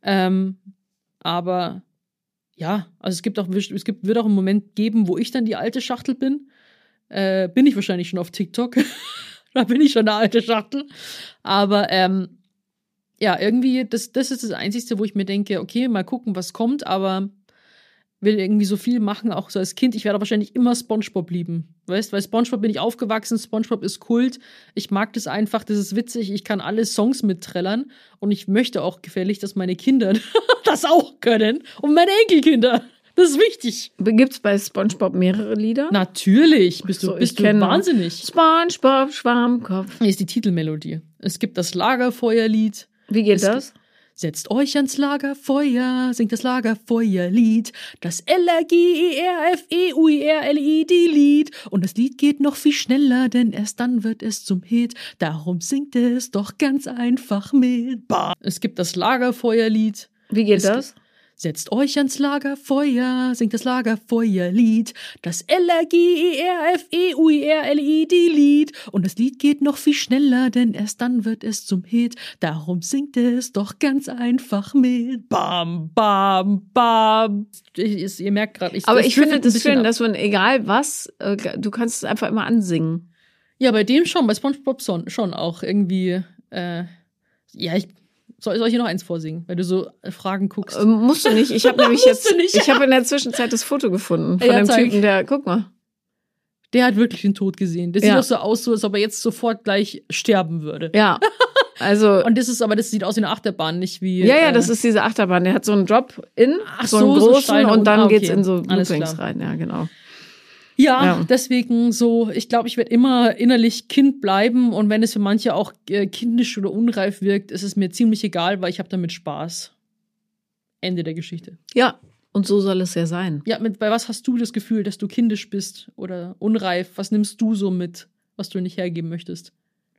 Aber ja, also wird auch einen Moment geben, wo ich dann die alte Schachtel bin. Bin ich wahrscheinlich schon auf TikTok. Da bin ich schon eine alte Schachtel. Aber ja, irgendwie, das ist das Einzige, wo ich mir denke, okay, mal gucken, was kommt, aber will irgendwie so viel machen, auch so als Kind. Ich werde wahrscheinlich immer SpongeBob lieben. Weißt, weil SpongeBob bin ich aufgewachsen, SpongeBob ist Kult. Ich mag das einfach, das ist witzig, ich kann alle Songs mitträllern und ich möchte auch gefällig, dass meine Kinder das auch können und meine Enkelkinder. Das ist wichtig. Gibt's bei SpongeBob mehrere Lieder? Natürlich, bist du kenne wahnsinnig. SpongeBob Schwammkopf. Hier ist die Titelmelodie. Es gibt das Lagerfeuerlied. Wie geht das? Setzt euch ans Lagerfeuer, singt das Lagerfeuerlied, das LAGERFEUERLID-Lied. Und das Lied geht noch viel schneller, denn erst dann wird es zum Hit. Darum singt es doch ganz einfach mit. Bah. Es gibt das Lagerfeuerlied. Wie geht das? Setzt euch ans Lagerfeuer, singt das Lagerfeuerlied, das LAGERFEUERLID-Lied. Und das Lied geht noch viel schneller, denn erst dann wird es zum Hit. Darum singt es doch ganz einfach mit. Bam, bam, bam. Ihr merkt gerade, Aber ich finde das schön, dass man, egal was, du kannst es einfach immer ansingen. Ja, bei dem schon, bei SpongeBob schon auch irgendwie, soll ich hier noch eins vorsingen, weil du so Fragen guckst? Musst du nicht. Ich habe nämlich ich habe in der Zwischenzeit das Foto gefunden von dem Typen, der, guck mal. Der hat wirklich den Tod gesehen. Das sieht doch so aus, als ob er jetzt sofort gleich sterben würde. Ja, also. Und das sieht aus wie eine Achterbahn, nicht wie. Ja, das ist diese Achterbahn. Der hat so einen Drop-In, so einen so großen Steine und dann okay. geht's in so Alles Loopings klar. rein. Ja, genau. Ja, deswegen so, ich glaube, ich werde immer innerlich Kind bleiben und wenn es für manche auch kindisch oder unreif wirkt, ist es mir ziemlich egal, weil ich habe damit Spaß. Ende der Geschichte. Ja, und so soll es ja sein. Ja, bei was hast du das Gefühl, dass du kindisch bist oder unreif? Was nimmst du so mit, was du nicht hergeben möchtest?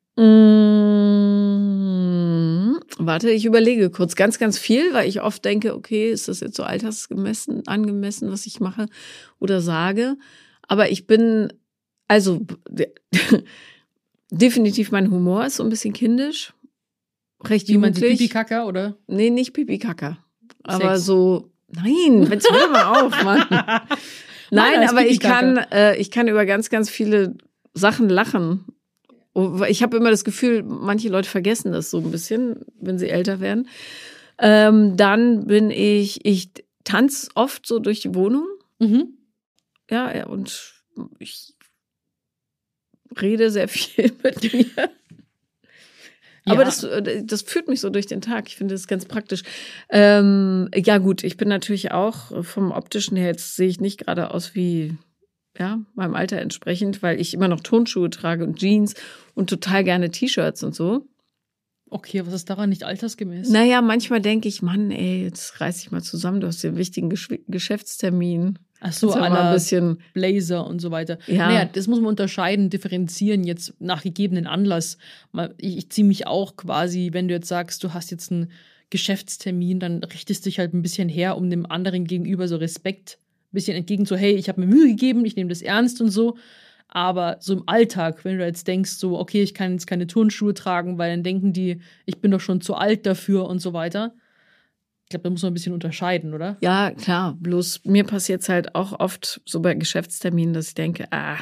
Warte, ich überlege kurz. Ganz, ganz viel, weil ich oft denke, okay, ist das jetzt so angemessen, was ich mache oder sage? Aber ich bin, also definitiv mein Humor ist so ein bisschen kindisch. Recht jugendlich. Wie Pipi-Kaka, oder? Nee, nicht Pipi-Kaka. Aber Sex. so, nein, jetzt hör mal auf, Mann. Nein, als aber ich Pipi-Kaka. kann über ganz, ganz viele Sachen lachen. Ich habe immer das Gefühl, manche Leute vergessen das so ein bisschen, wenn sie älter werden. Dann bin ich tanze oft so durch die Wohnung. Mhm. Ja, und ich rede sehr viel mit mir. Aber das führt mich so durch den Tag. Ich finde das ganz praktisch. Ja gut, ich bin natürlich auch vom Optischen her, jetzt sehe ich nicht gerade aus wie meinem Alter entsprechend, weil ich immer noch Turnschuhe trage und Jeans und total gerne T-Shirts und so. Okay, was ist daran nicht altersgemäß? Naja, manchmal denke ich, Mann, ey, jetzt reiß dich mal zusammen, du hast den wichtigen Geschäftstermin. Ach so, mal ein bisschen Blazer und so weiter. Ja. Naja, das muss man unterscheiden, differenzieren jetzt nach gegebenen Anlass. Ich ziehe mich auch quasi, wenn du jetzt sagst, du hast jetzt einen Geschäftstermin, dann richtest dich halt ein bisschen her, um dem anderen gegenüber so Respekt bisschen entgegen, so, hey, ich habe mir Mühe gegeben, ich nehme das ernst und so. Aber so im Alltag, wenn du jetzt denkst, so, okay, ich kann jetzt keine Turnschuhe tragen, weil dann denken die, ich bin doch schon zu alt dafür und so weiter. Ich glaube, da muss man ein bisschen unterscheiden, oder? Ja, klar. Bloß mir passiert es halt auch oft so bei Geschäftsterminen, dass ich denke,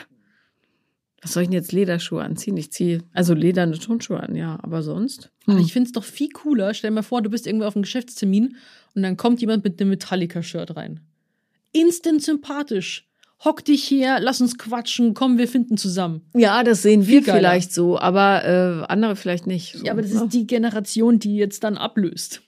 was soll ich denn jetzt Lederschuhe anziehen? Ich ziehe also lederne Turnschuhe an, ja, aber sonst? Aber ich finde es doch viel cooler. Stell dir mal vor, du bist irgendwie auf einem Geschäftstermin und dann kommt jemand mit einem Metallica-Shirt rein. Instant sympathisch. Hock dich her, lass uns quatschen, komm, wir finden zusammen. Ja, das sehen wir Viel geiler. vielleicht so, aber andere vielleicht nicht. So, Ja, aber das ne? ist die Generation, die jetzt dann ablöst.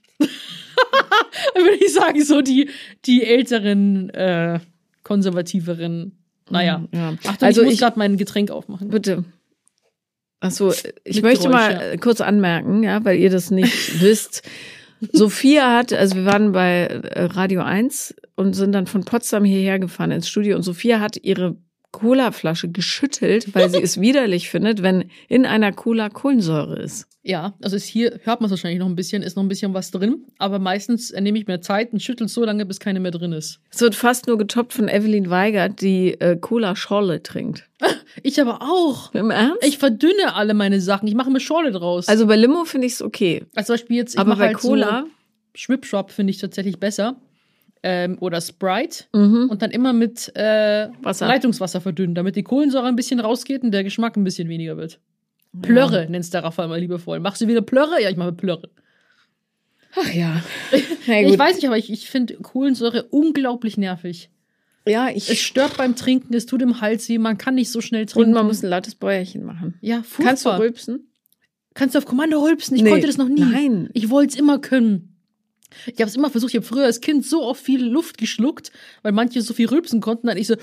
Würde ich sagen, so die älteren, konservativeren, naja. Ja. Achtung, Also ich muss ich- gerade mein Getränk aufmachen. Bitte. Achso, ich Mit möchte Geräusch, mal kurz anmerken, ja, weil ihr das nicht wisst. Sophia hat, also wir waren bei Radio 1 und sind dann von Potsdam hierher gefahren ins Studio und Sophia hat ihre Colaflasche geschüttelt, weil sie es widerlich findet, wenn in einer Cola Kohlensäure ist. Ja, also ist hier, hört man es wahrscheinlich noch ein bisschen, ist noch ein bisschen was drin, aber meistens nehme ich mir Zeit und schüttel so lange, bis keine mehr drin ist. Es wird fast nur getoppt von Evelyn Weigert, die Cola Schorle trinkt. Ich aber auch. Im Ernst? Ich verdünne alle meine Sachen. Ich mache mir Schorle draus. Also bei Limo finde ich es okay. zum Beispiel jetzt, ich Aber mache bei halt Cola? so Schwipschwap finde ich tatsächlich besser. Oder Sprite. Mhm. Und dann immer mit Wasser. Leitungswasser verdünnen, damit die Kohlensäure ein bisschen rausgeht und der Geschmack ein bisschen weniger wird. Plörre nennst der Raphael mal liebevoll. Machst du wieder Plörre? Ja, ich mache Plörre. Ach ja. Na Ich gut. weiß nicht, aber ich finde Kohlensäure unglaublich nervig. Ja, Es stört beim Trinken, es tut im Hals weh, man kann nicht so schnell trinken. und man muss ein lautes Bäuerchen machen. ja, furchtbar. Kannst du rülpsen? Kannst du auf Kommando rülpsen? Ich Nee. konnte das noch nie. Nein. Ich wollte es immer können. Ich habe es immer versucht. Ich habe früher als Kind so oft viel Luft geschluckt, weil manche so viel rülpsen konnten. Dann ich so.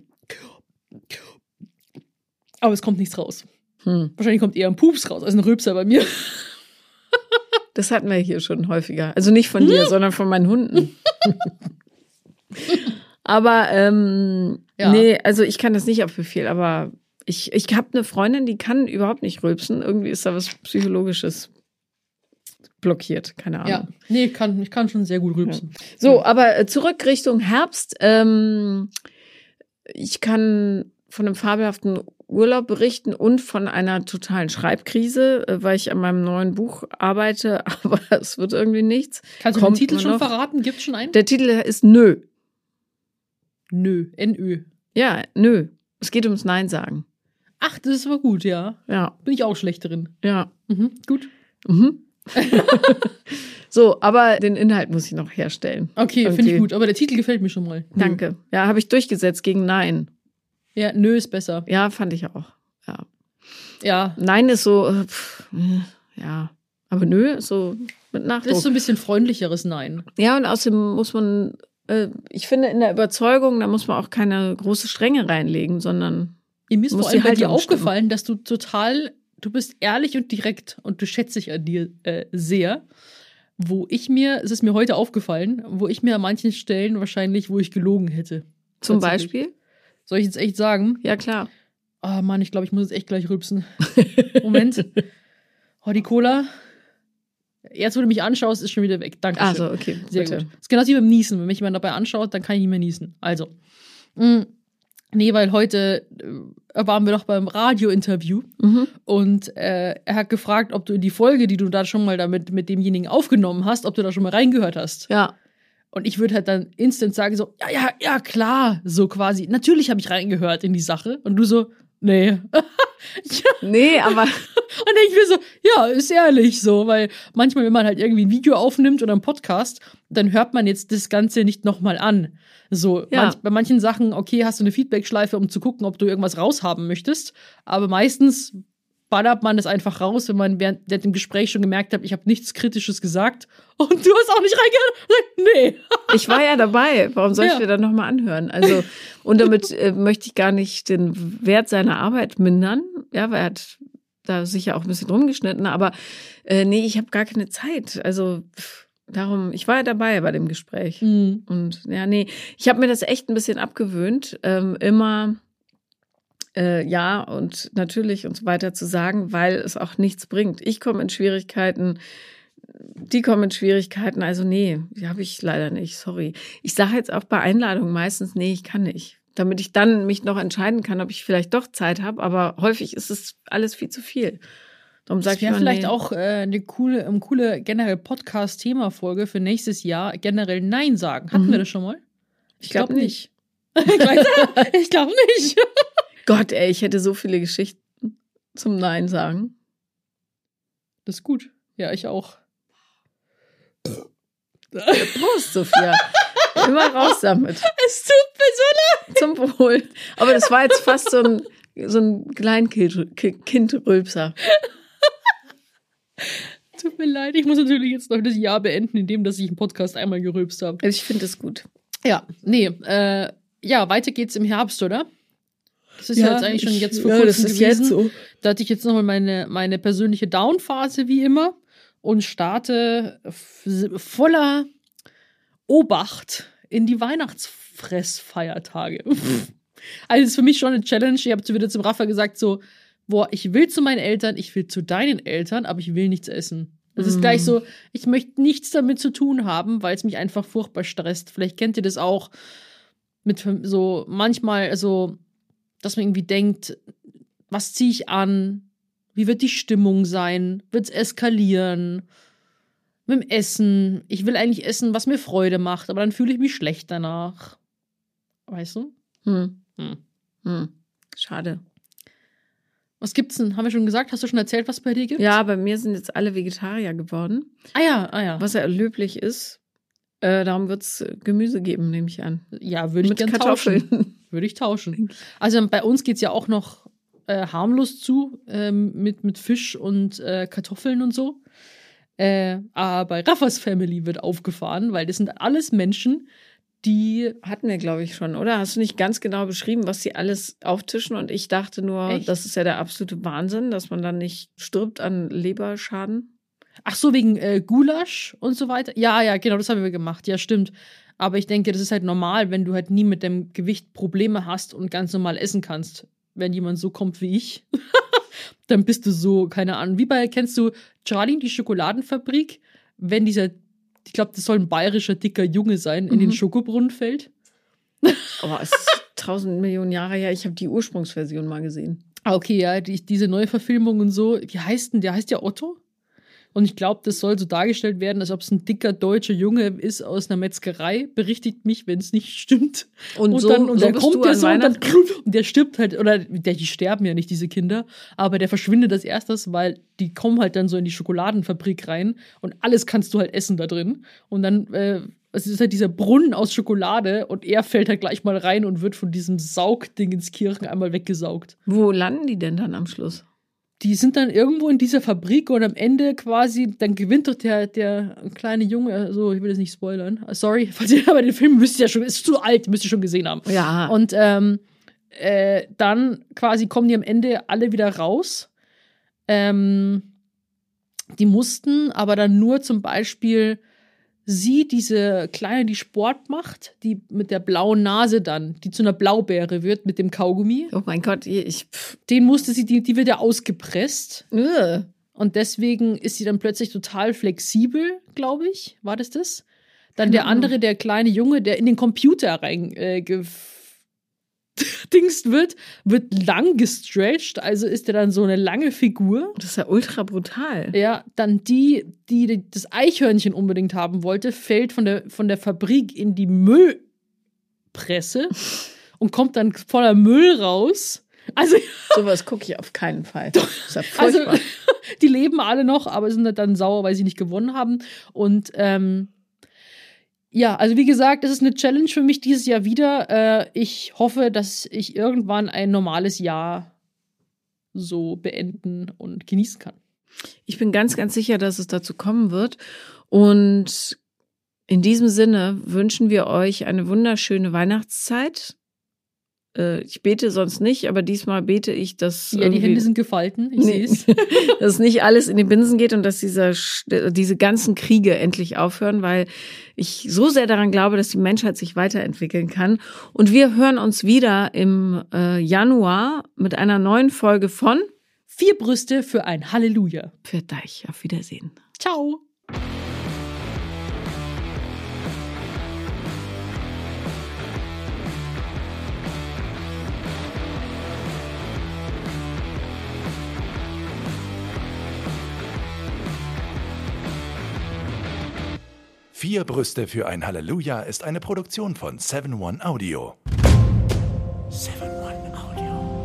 Aber es kommt nichts raus. Wahrscheinlich kommt eher ein Pups raus als ein Rülpser bei mir. Das hatten wir hier schon häufiger. Also nicht von dir, sondern von meinen Hunden. Aber Ja. nee, also ich kann das nicht auf Befehl, aber ich habe eine Freundin, die kann überhaupt nicht rülpsen. Irgendwie ist da was Psychologisches blockiert, keine Ahnung. Ja, nee, ich kann schon sehr gut rülpsen. So, aber zurück Richtung Herbst. Ich kann von einem fabelhaften Urlaub berichten und von einer totalen Schreibkrise, weil ich an meinem neuen Buch arbeite, aber es wird irgendwie nichts. Kannst du den Kommt Titel immer schon noch. verraten? Gibt's schon einen? Der Titel ist Nö. Nö, NÖ. Ja, nö. Es geht ums Nein sagen. Ach, das ist aber gut, ja. Ja, Bin ich auch schlecht drin. ja. Gut. Mhm. So, aber den Inhalt muss ich noch herstellen. Okay, finde Irgendwie. ich gut. Aber der Titel gefällt mir schon mal. Nö. Danke. Ja, habe ich durchgesetzt gegen Nein. Ja, nö ist besser. Ja, fand ich auch. Ja. Ja. Nein ist so, ja. Aber nö ist so mit Das Nachdruck. ist so ein bisschen freundlicheres Nein. Ja, und außerdem muss man, ich finde, in der Überzeugung, da muss man auch keine große Strenge reinlegen, sondern Mir ist Muss vor allem die bei dir Haltung stimmen. aufgefallen, dass du bist ehrlich und direkt und du schätze ich an dir sehr. Es ist mir heute aufgefallen, wo ich mir an manchen Stellen wahrscheinlich, wo ich gelogen hätte. zum Tatsächlich. Beispiel, Soll ich jetzt echt sagen? ja klar. Oh Mann, ich glaube, ich muss jetzt echt gleich rülpsen. Moment. Oh, die Cola. Jetzt, wo du mich anschaust, ist schon wieder weg. Danke. Also, okay, Sehr bitte. gut. Das ist genauso wie beim Niesen. Wenn mich jemand dabei anschaut, dann kann ich nicht mehr niesen. Also. Nee, weil heute waren wir doch beim Radiointerview Mhm. und er hat gefragt, ob du in die Folge, die du da schon mal damit mit demjenigen aufgenommen hast, ob du da schon mal reingehört hast. Ja, Und ich würde halt dann instant sagen so, ja, klar, so quasi. Natürlich habe ich reingehört in die Sache. Und du so, nee. nee, aber Und ich mir so, ja, ist ehrlich so, weil manchmal, wenn man halt irgendwie ein Video aufnimmt oder einen Podcast, dann hört man jetzt das Ganze nicht nochmal an. So, Ja. bei manchen Sachen, okay, hast du eine Feedback-Schleife, um zu gucken, ob du irgendwas raushaben möchtest, aber meistens ballert man das einfach raus, wenn man während dem Gespräch schon gemerkt hat, ich habe nichts Kritisches gesagt und du hast auch nicht reingehört. Und sagt, nee. ich war ja dabei. Warum soll ich Ja. mir dann nochmal anhören? Also, und damit möchte ich gar nicht den Wert seiner Arbeit mindern. Ja, weil er hat da sicher auch ein bisschen rumgeschnitten, aber nee, ich habe gar keine Zeit. Also, darum, ich war ja dabei bei dem Gespräch. Und ja, nee, ich habe mir das echt ein bisschen abgewöhnt, immer ja und natürlich und so weiter zu sagen, weil es auch nichts bringt. Ich komme in Schwierigkeiten, die kommen mit Schwierigkeiten. Also nee, die habe ich leider nicht, sorry. Ich sage jetzt auch bei Einladungen meistens, nee, ich kann nicht. Damit ich dann mich noch entscheiden kann, ob ich vielleicht doch Zeit habe. Aber häufig ist es alles viel zu viel. Darum sage ich wäre mal, vielleicht nee. auch eine coole generell Podcast-Thema-Folge für nächstes Jahr. Generell Nein sagen. Hatten wir das schon mal? Ich glaube nicht. Ich glaube nicht. Gott, ey, ich hätte so viele Geschichten zum Nein sagen. Das ist gut. Ja, ich auch. Prost, Sophia. Immer raus damit. Es tut mir so leid. Zum Wohl. Aber das war jetzt fast so ein Kleinkind-Rülpser. Tut mir leid. Ich muss natürlich jetzt noch das Jahr beenden, indem dass ich einen Podcast einmal gerülpst habe. Also ich finde das gut. Ja, nee. Ja, weiter geht's im Herbst, oder? Das ist ja jetzt eigentlich schon jetzt vor kurzem das ist gewesen. jetzt so. Da hatte ich jetzt nochmal meine persönliche Down-Phase, wie immer. Und starte voller Obacht in die Weihnachtsfressfeiertage. Also ist für mich schon eine Challenge. Ich habe wieder zum Rafa gesagt so, boah, ich will zu meinen Eltern, ich will zu deinen Eltern, aber ich will nichts essen. Das ist gleich so, ich möchte nichts damit zu tun haben, weil es mich einfach furchtbar stresst. Vielleicht kennt ihr das auch mit so manchmal, also, dass man irgendwie denkt, was ziehe ich an? Wie wird die Stimmung sein? Wird es eskalieren? Mit dem Essen. Ich will eigentlich essen, was mir Freude macht, aber dann fühle ich mich schlecht danach. Weißt du? Schade. Was gibt's denn? Haben wir schon gesagt? Hast du schon erzählt, was es bei dir gibt? Ja, bei mir sind jetzt alle Vegetarier geworden. Ah ja. Was ja löblich ist. Darum wird es Gemüse geben, nehme ich an. Ja, würde ich Mit gerne Kartoffeln. tauschen. Würde ich tauschen. Also bei uns geht's ja auch noch harmlos zu, mit Fisch und Kartoffeln und so. Aber bei Raffas Family wird aufgefahren, weil das sind alles Menschen, die... Hatten wir, glaube ich, schon, oder? Hast du nicht ganz genau beschrieben, was sie alles auftischen? Und ich dachte nur, Echt? das ist ja der absolute Wahnsinn, dass man dann nicht stirbt an Leberschaden. Ach so, wegen Gulasch und so weiter? Ja, genau, das haben wir gemacht. Ja, stimmt. Aber ich denke, das ist halt normal, wenn du halt nie mit dem Gewicht Probleme hast und ganz normal essen kannst. Wenn jemand so kommt wie ich, dann bist du so, keine Ahnung. Kennst du Charlie, die Schokoladenfabrik? Wenn dieser, ich glaube, das soll ein bayerischer dicker Junge sein, in den Schokobrunnen fällt. Aber es ist 1000 Millionen Jahre her. Ich habe die Ursprungsversion mal gesehen. Ah, okay, ja, diese Neuverfilmung und so. Wie heißt denn? Der heißt ja Otto. Und ich glaube, das soll so dargestellt werden, als ob es ein dicker deutscher Junge ist aus einer Metzgerei. Berichtigt mich, wenn es nicht stimmt. Und der kommt ja so und der stirbt halt, oder die sterben ja nicht, diese Kinder, aber der verschwindet als erstes, weil die kommen halt dann so in die Schokoladenfabrik rein und alles kannst du halt essen da drin. Und dann, es ist halt dieser Brunnen aus Schokolade und er fällt halt gleich mal rein und wird von diesem Saugding ins Kirchen einmal weggesaugt. Wo landen die denn dann am Schluss? Die sind dann irgendwo in dieser Fabrik und am Ende quasi, dann gewinnt doch der kleine Junge, so, ich will das nicht spoilern. Sorry, aber den Film müsst ihr ja schon, ist zu alt, müsst ihr schon gesehen haben. Ja. Und dann quasi kommen die am Ende alle wieder raus. Die mussten aber dann nur zum Beispiel diese Kleine, die Sport macht, die mit der blauen Nase dann, die zu einer Blaubeere wird mit dem Kaugummi. Oh mein Gott, Den musste sie, die wird ja ausgepresst. Und deswegen ist sie dann plötzlich total flexibel, glaube ich. War das? Dann der andere, der kleine Junge, der in den Computer dingst wird lang gestretched, also ist er dann so eine lange Figur. Das ist ja ultra brutal. Ja, dann die das Eichhörnchen unbedingt haben wollte, fällt von der Fabrik in die Müllpresse und kommt dann voller Müll raus. Also sowas gucke ich auf keinen Fall. Das ist ja furchtbar. Also, die leben alle noch, aber sind dann sauer, weil sie nicht gewonnen haben. Und ja, also wie gesagt, das ist eine Challenge für mich dieses Jahr wieder. Ich hoffe, dass ich irgendwann ein normales Jahr so beenden und genießen kann. Ich bin ganz, ganz sicher, dass es dazu kommen wird. Und in diesem Sinne wünschen wir euch eine wunderschöne Weihnachtszeit. Ich bete sonst nicht, aber diesmal bete ich, dass ja, die Hände sind gefalten, ich sehe es. Dass nicht alles in die Binsen geht und dass diese ganzen Kriege endlich aufhören, weil ich so sehr daran glaube, dass die Menschheit sich weiterentwickeln kann. Und wir hören uns wieder im Januar mit einer neuen Folge von 4 Brüste für ein Halleluja. Für dich. Auf Wiedersehen. Ciao. 4 Brüste für ein Halleluja ist eine Produktion von 7-One Audio. 7-One Audio.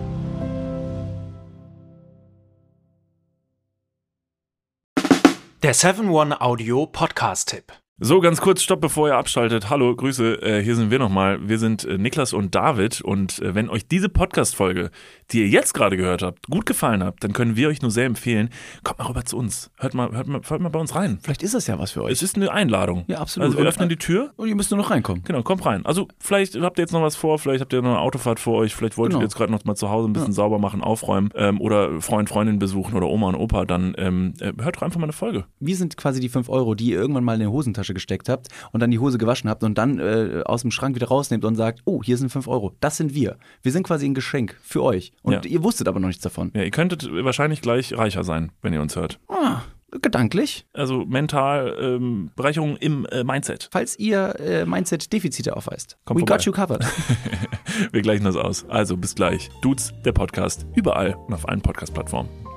Der 7-One Audio Podcast-Tipp. So, ganz kurz, stopp, bevor ihr abschaltet. Hallo, Grüße, hier sind wir nochmal. Wir sind Niklas und David und wenn euch diese Podcast-Folge, die ihr jetzt gerade gehört habt, gut gefallen hat, dann können wir euch nur sehr empfehlen, kommt mal rüber zu uns. Hört mal bei uns rein. Vielleicht ist das ja was für euch. Es ist eine Einladung. Ja, absolut. Also wir öffnen die Tür. Und ihr müsst nur noch reinkommen. Genau, kommt rein. Also vielleicht habt ihr jetzt noch was vor, vielleicht habt ihr noch eine Autofahrt vor euch, vielleicht wollt ihr jetzt gerade noch mal zu Hause ein bisschen sauber machen, aufräumen oder Freundin besuchen oder Oma und Opa, dann hört doch einfach mal eine Folge. Wir sind quasi die 5 Euro, die ihr irgendwann mal in die Hosentasche gesteckt habt und dann die Hose gewaschen habt und dann aus dem Schrank wieder rausnehmt und sagt, oh, hier sind 5 Euro. Das sind wir. Wir sind quasi ein Geschenk für euch. Und ihr wusstet aber noch nichts davon. Ja, ihr könntet wahrscheinlich gleich reicher sein, wenn ihr uns hört. Gedanklich. Also mental, Bereicherung im Mindset. Falls ihr Mindset-Defizite aufweist. Kommt We vorbei. got you covered. Wir gleichen das aus. Also bis gleich. Dudes, der Podcast. Überall und auf allen Podcast-Plattformen.